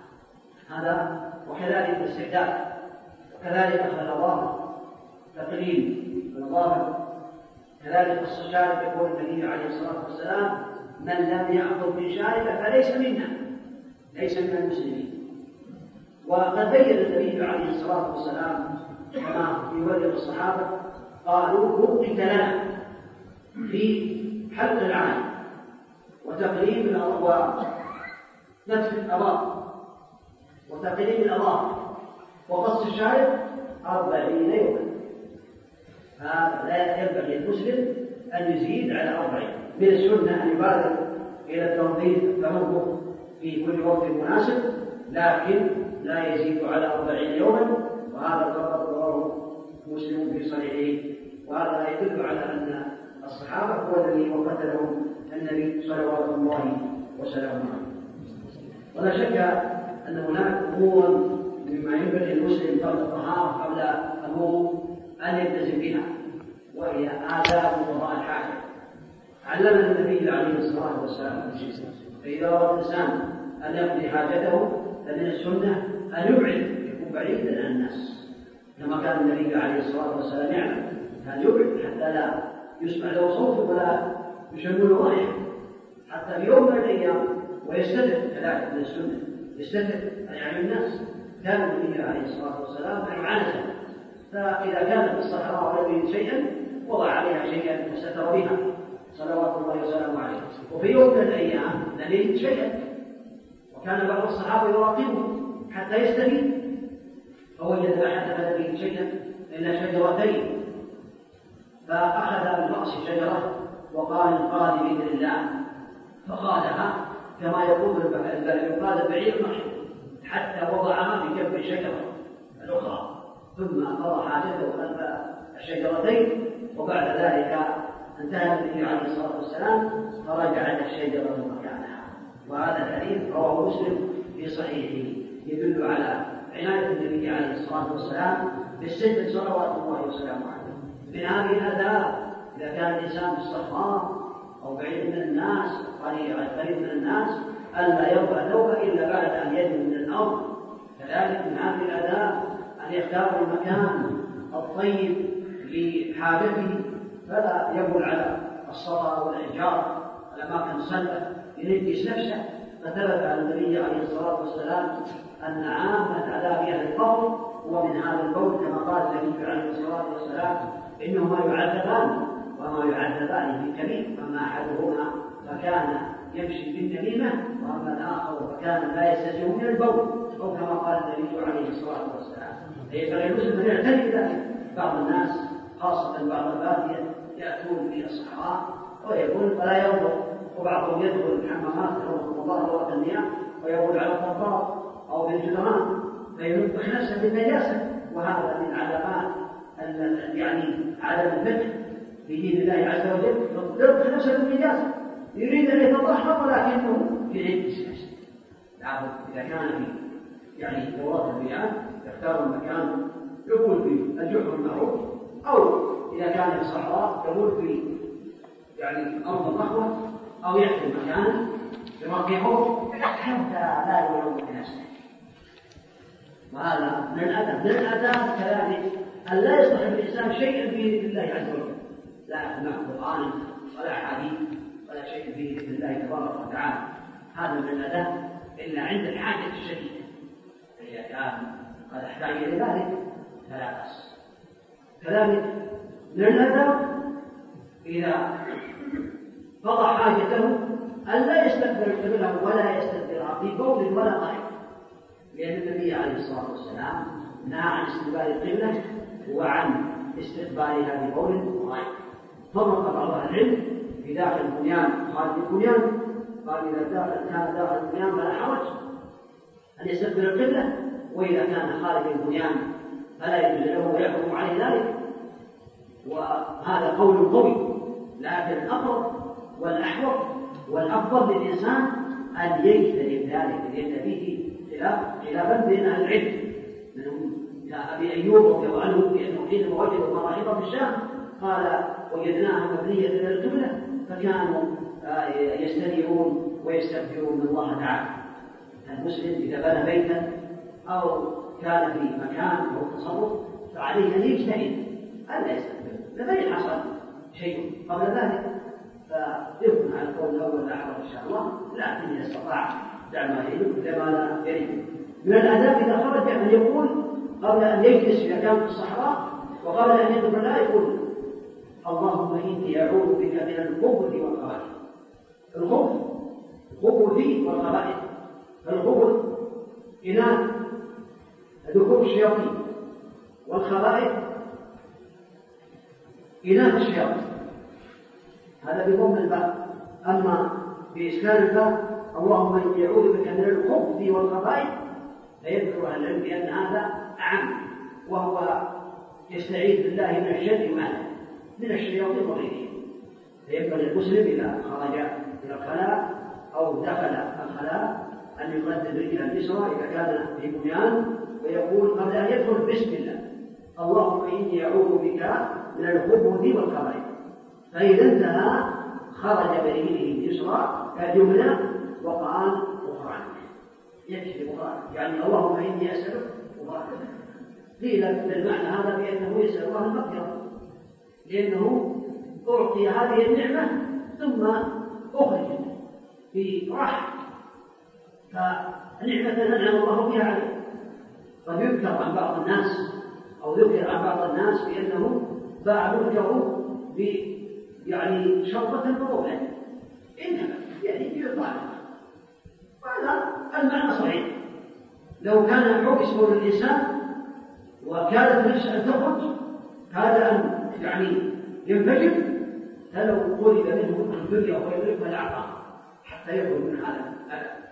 هذا وكذلك الاستحداث وكذلك أخذ الأظافر تقليل الأظافر كذلك الشارب. يقول النبي عليه الصلاة والسلام من لم يأخذ من شاربه فليس منا، ليس من المسلمين. وقد بين النبي عليه الصلاة والسلام كما يورد الصحابة قالوا وقت لنا في حلق العانة وتقليم الأظافر نتف الأظافر وتقليم الأظافر وقص الشارب 40 يوما. هذا لا ينبغي المسلم أن يزيد على 40. من السنة أن يبادر إلى التنظيف فمنه في كل وقت مناسب، لكن لا يزيد على 40 يوما، وهذا الخبر رواه مسلم في صحيحه. وهذا يدل على أن الصحابة هو الذي وقتلهم النبي صلوات الله وسلامه عليه. ولا شك أن هناك أمور مما ينبغي المسلم قبل الطهارة قبل الوضوء أن يلتزم بها، وهي آداب قضاء الحاجة. علمنا النبي عليه الصلاة والسلام فإذا أراد الإنسان أن يقضي حاجته فمن السنة أن يبعد، يكون بعيدا عن الناس كما كان النبي عليه الصلاة والسلام يعمل، كان يبعد حتى لا يسمع له صوت ولا يشم له رائحة حتى في يوم من الأيام. ويستتر كذلك من السنة، يستتر يعني الناس. كان النبي عليه الصلاة والسلام عنزة، فإذا كان في الصحراء ولم يجد شيئا وضع عليها شيئا وستر بها صلوات الله وسلامه عليه. وفي يوم من الأيام لم يجد شيئا، وكان بعض الصحابة يراقبه حتى يستفيد، فوجد أحد فلم يجد شيئا إلا شجرتين، فأخذ من رأس الشجرة وقال انقاد بإذن الله، فقالها كما يقول يقال البعير محشور حتى وضعها في جنب الشجرة الأخرى، ثم قضى حاجته خلف الشجرتين. وبعد ذلك انتهى النبي عليه الصلاة والسلام فرجعت الشجرة مكانها. وهذا الحديث رواه مسلم في صحيحه يدل على عناية النبي عليه الصلاة والسلام بالسن صلوات الله وسلامه عليه. من هذه الآداب إذا كان الإنسان في الصحراء أو بعيد من الناس قريب من الناس ألا يضع ثوبه إلا بعد أن يدنو من الأرض. كذلك من هذه الآداب أن يختار المكان الطيب لحاجته، فلا يبول على الصفا والأشجار الأماكن الصلبة ينجس نفسه. فثبت عن النبي عليه الصلاة والسلام أن عامة عذاب أهل القبر هو من هذا البول، كما قال النبي عليه الصلاة والسلام إنهما يعذبان وما يعذبان في كبير، أما أحدهما فكان يمشي بالنميمة وأما الآخر فكان لا يستتر من البول، أو كما قال النبي عليه الصلاة والسلام. فينبغي المسلم أن يعتني بذلك. بعض الناس خاصة بعض البادية يأتون في الصحراء ويقول فلا ينظر، وبعضهم يدخل الحمامات أو مضارة المياه ويقول على الطرقات أو بالجدران فينبخ نفسه بالنجاسة، وهذا من علامات يعني عدم الفتح في دين الله عز وجل. ينبخ نفسه بالنجاسة يريد أن يتطهر ولكنه في عيد السياسة. لابد إذا كان في يعني دورات المياه يختار المكان يقول في الجحر المعروف، أو إذا كان في الصحراء يقول في يعني أرض الرخوة، أو يحكم مكانا يوقفوه حتى لا يولوا بنفسه. وهذا من الأداب كذلك أن لا يصلح الإنسان شيئا فيه لله عز وجل، لا يسمع قرآن ولا حديث ولا شيء فيه لله تبارك وتعالى. هذا من الأداب إلا عند الحاجة الشديدة، إذا كان قد احتاج إلى ذلك فلا بأس. كذلك من الأدب إذا قضى حاجته أن لا يستقبل قبله ولا يستدبرها في بول ولا غائط، لأن النبي عليه الصلاة والسلام نهى عن استقبال القبلة وعن استقبالها ببول وغائط. فرق بعض أهل العلم في داخل البنيان وخارج البنيان، قال إذا كان داخل البنيان فلا حرج أن يستقبل القبلة، وإذا كان خارج البنيان فلا يجوز له ويحكم عليه ذلك. وهذا قول قوي، لكن الأقرب والأحوط والأفضل للإنسان أن يجتنب ذلك، لأن فيه خلافا بين أهل العلم، منهم كأبي أيوب رضي الله عنه بأنه حينما وجدوا المراحيض في الشام قال وجدناها مبنية إلى القبلة فكانوا يستنيرون ويستغفرون الله تعالى. المسلم إذا بنى بيتا أو كان في مكان أو تصرف فعليه أن يجتهد ألا يستغفر، لمن حصل شيء قبل ذلك فيكون على القول الأول الأحوط إن شاء الله، لكن إذا استطاع دع ما يريد لما لا يريد. من الآداب إذا خرج أن يقول قبل أن يجلس في مكان في الصحراء وقبل أن يدخل لا يقول اللهم إني أعوذ بك من الخبث والخبائث. الخبث والخبائث، فالخبث إناث ذكور الشياطين، والخبائث إناث الشياطين، هذا بضم الباء. أما بإسكان الباء اللهم إني أعوذ بك من الخبث والخبائث فيذكر أهل العلم بأن هذا أعم، وهو يستعيذ بالله من الشر وأهله من الشياطين وغيرهم. فينبغي المسلم إذا خرج إلى الخلاء أو دخل الخلاء أن يقدم رجله اليسرى إذا كان في بنيان ويقول قبل أن يدخل بسم الله اللهم إني أعوذ بك من الخبث والخبائث. فإذا انتهى خرج برجله اليسرى اليمنى وقال غفرانك، يكفي غفرانك، يعني اللهم إني أسألك غفرانك. قيل بالمعنى هذا بأنه يسأل الله المغفرة، لأنه أعطي هذه النعمة ثم أخرجت في رحم، فنعمة أنعم الله بها عليه. قد يذكر عن بعض الناس أو ذكر عن بعض الناس بأنه باع ملكه يعني شربة بروحه، إنما يعني يطالب، وهذا المعنى صحيح. لو كان حبس بول الإنسان وكانت نفسه أن تخرج هذا أن يعني ينفجر، فلو طلب منه الدنيا وغيره فلا عطاء حتى يخرج من هذا الألم.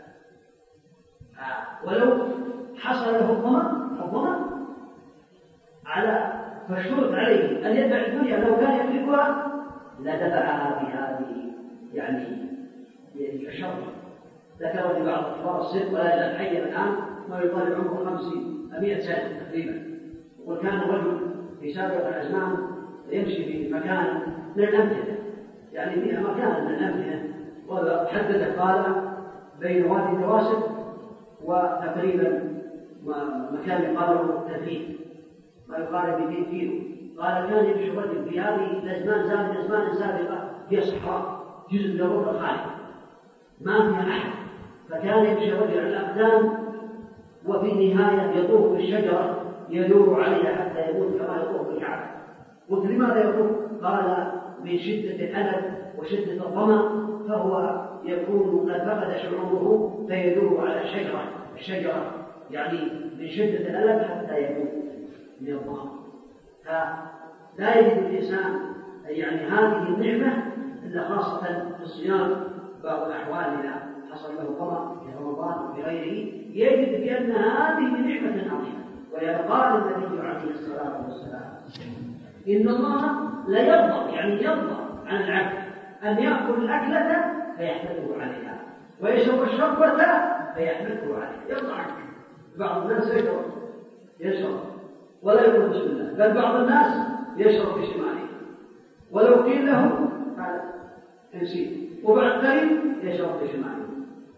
ولو حصل له الظمأ على فاشترط عليه أن يدفع الدنيا لو كان يملكها لدفعها بهذه يعني الشر. ذكر في بعض كبار السن ولا يزال حيا الآن ما يقال عمره 100 سنة تقريبا، وكان رجل في سابق الأزمان يمشي في مكان من الأمكنة، يعني في مكان من الأمكنة، وحدد قال بين وادي الرواسب وتقريبا مكان يقال له تثريب ما يقارب 200 كيلو. قال كان يمشي الرجل في هذه الأزمان سابقة في صحراء جزء من الروح الخالي ما فيها أحد، فكان يمشي الرجل على الأقدام وفي النهاية يطوف بالشجرة يدور عليها حتى يموت كما يطوف بالكعبة. قلت لماذا يطوف؟ قال من شدة الألم وشدة الظمأ فهو يكون قد فقد شعوره فيدور على الشجرة يعني من شدة الألم حتى يموت من الظمأ. فلا يجد الإنسان يعني هذه النعمة إلا خاصة في الصيام. بعض الأحوال إذا حصل له ظمأ في رمضان وفي غيره يجد بأن هذه نعمة عظيمة. ويقال النبي عليه الصلاة والسلام إن الله لا يرضى، يعني يرضى عن العبد أن يأكل الأكلة فيحمده عليها ويشرب الشربة فيحمده عليها، يرضى عنه. بعض الناس يشرب ولا يقول بسم الله، بل بعض الناس يشرب بشماله ولو قيل له قال انسيت، وبعد قليل يشرب بشماله.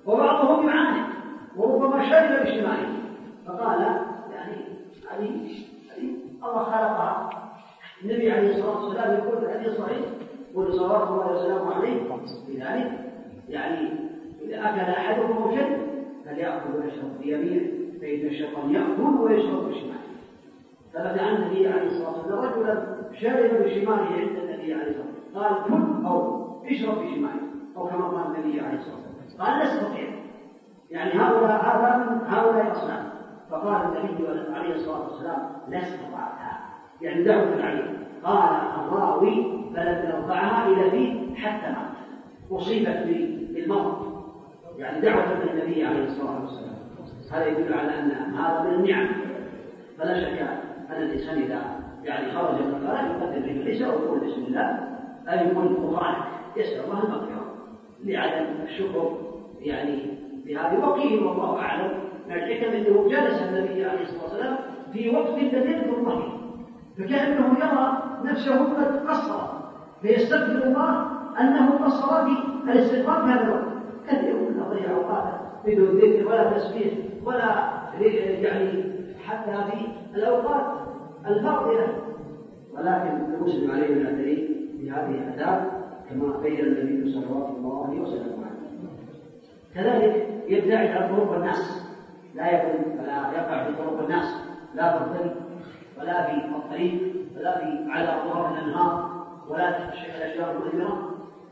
وبعضهم يعاند وربما شرب بشماله، فقال يعني هذه الله خلقها. النبي عليه الصلاة والسلام يقول في الحديث الصحيح يقول صلوات الله وسلامه عليه بذلك يعني إذا أكل أحدكم أو شرب فليأكل ويشرب بيمينه فإن الشيطان يأكل ويشرب بشماله. ثبت عن النبي عليه الصلاة والسلام رجلا شرب بشماله عند النبي عليه الصلاة والسلام قال كل أو اشرب بشماله أو كما قال النبي عليه الصلاة والسلام قال لا استطيع يعني هؤلاء أصنام. فقال النبي عليه الصلاة والسلام لا استطعتها يعني دعوة عليه. قال الراوي فلم نرفعها إلى فيه حتى مات أصيبت بالمرض يعني دعوة من النبي عليه الصلاة والسلام. هذا يدل على أن هذا من النعم. فلا شك أن الإنسان إذا يعني خرج من الخارج يقدم به ليس ويقول بسم الله أن يقول القرآن يسأل الله المغفرة لعدم الشكر يعني بهذه. وقيل والله أعلم من الحكم أنه جلس النبي عليه الصلاة والسلام في وقت لم يذكر الله فكأنه يرى نفسه قد قصر فيستغفر الله أنه قصر في الاستغفار في هذا الوقت. كان يقول نضيع أوقاته بدون ذكر ولا تسبيح ولا يعني حتى في الأوقات الفاضلة. ولكن المسلم عليه من الدليل في هذه الآداب كما بين النبي صلوات الله عليه وسلم. كذلك يبتعد عن طرق الناس لا يكون فلا يقع في طرق الناس لا في الطريق ولا في الطريق ولا في على ظهر الأنهار ولا تحت الأشجار المؤثرة.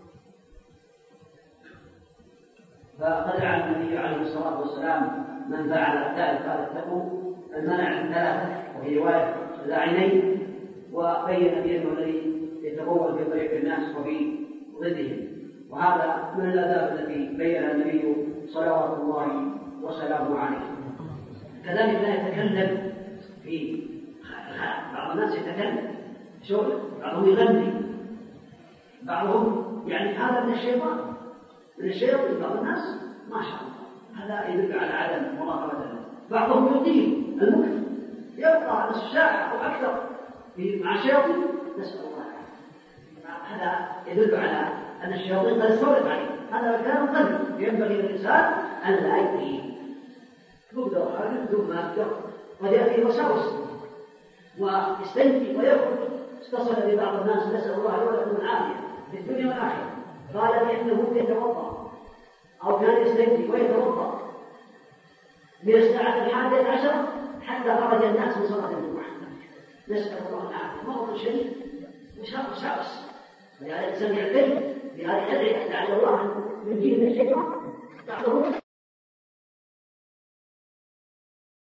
فقد علم النبي عليه الصلاة والسلام من فعل ذلك قال اتقوا المنع الثلاثة وهي رواية العينين وبين بأنه الذي يتبول في طريق الناس وفي ضدهم. وهذا من الآداب التي بينها النبي صلوات الله وسلامه عليه. كذلك لا يتكلم في بعض الناس يتكلم شغل بعضهم يغني بعضهم يعني هذا من الشيطان بعض الناس ما شاء الله هذا يدل على عدم مراقبة الله. بعضهم يطيل المكر يبقى نصف ساعة أو أكثر مع الشياطين نسأل الله. هذا يدل على أن الشياطين قد استولت عليه. هذا كلام قلبي ينبغي للإنسان أن لا يطيل يبدأ خارج بدون ما يقدر قد يأتي وساوس ويستنجي ويخرج. اتصل ببعض الناس نسأل الله ولهم العافية في الدنيا والآخرة قال بأنه يتوضأ أو كان يستنجي ويتوضأ من الساعة 11 حتى خرج الناس من صلاة الجمعة. نسأل الله العافية. مرض شديد وساوس ولهذا الإنسان يعتني بهذه الأدعية لعل الله من جهة الشيطان بعضهم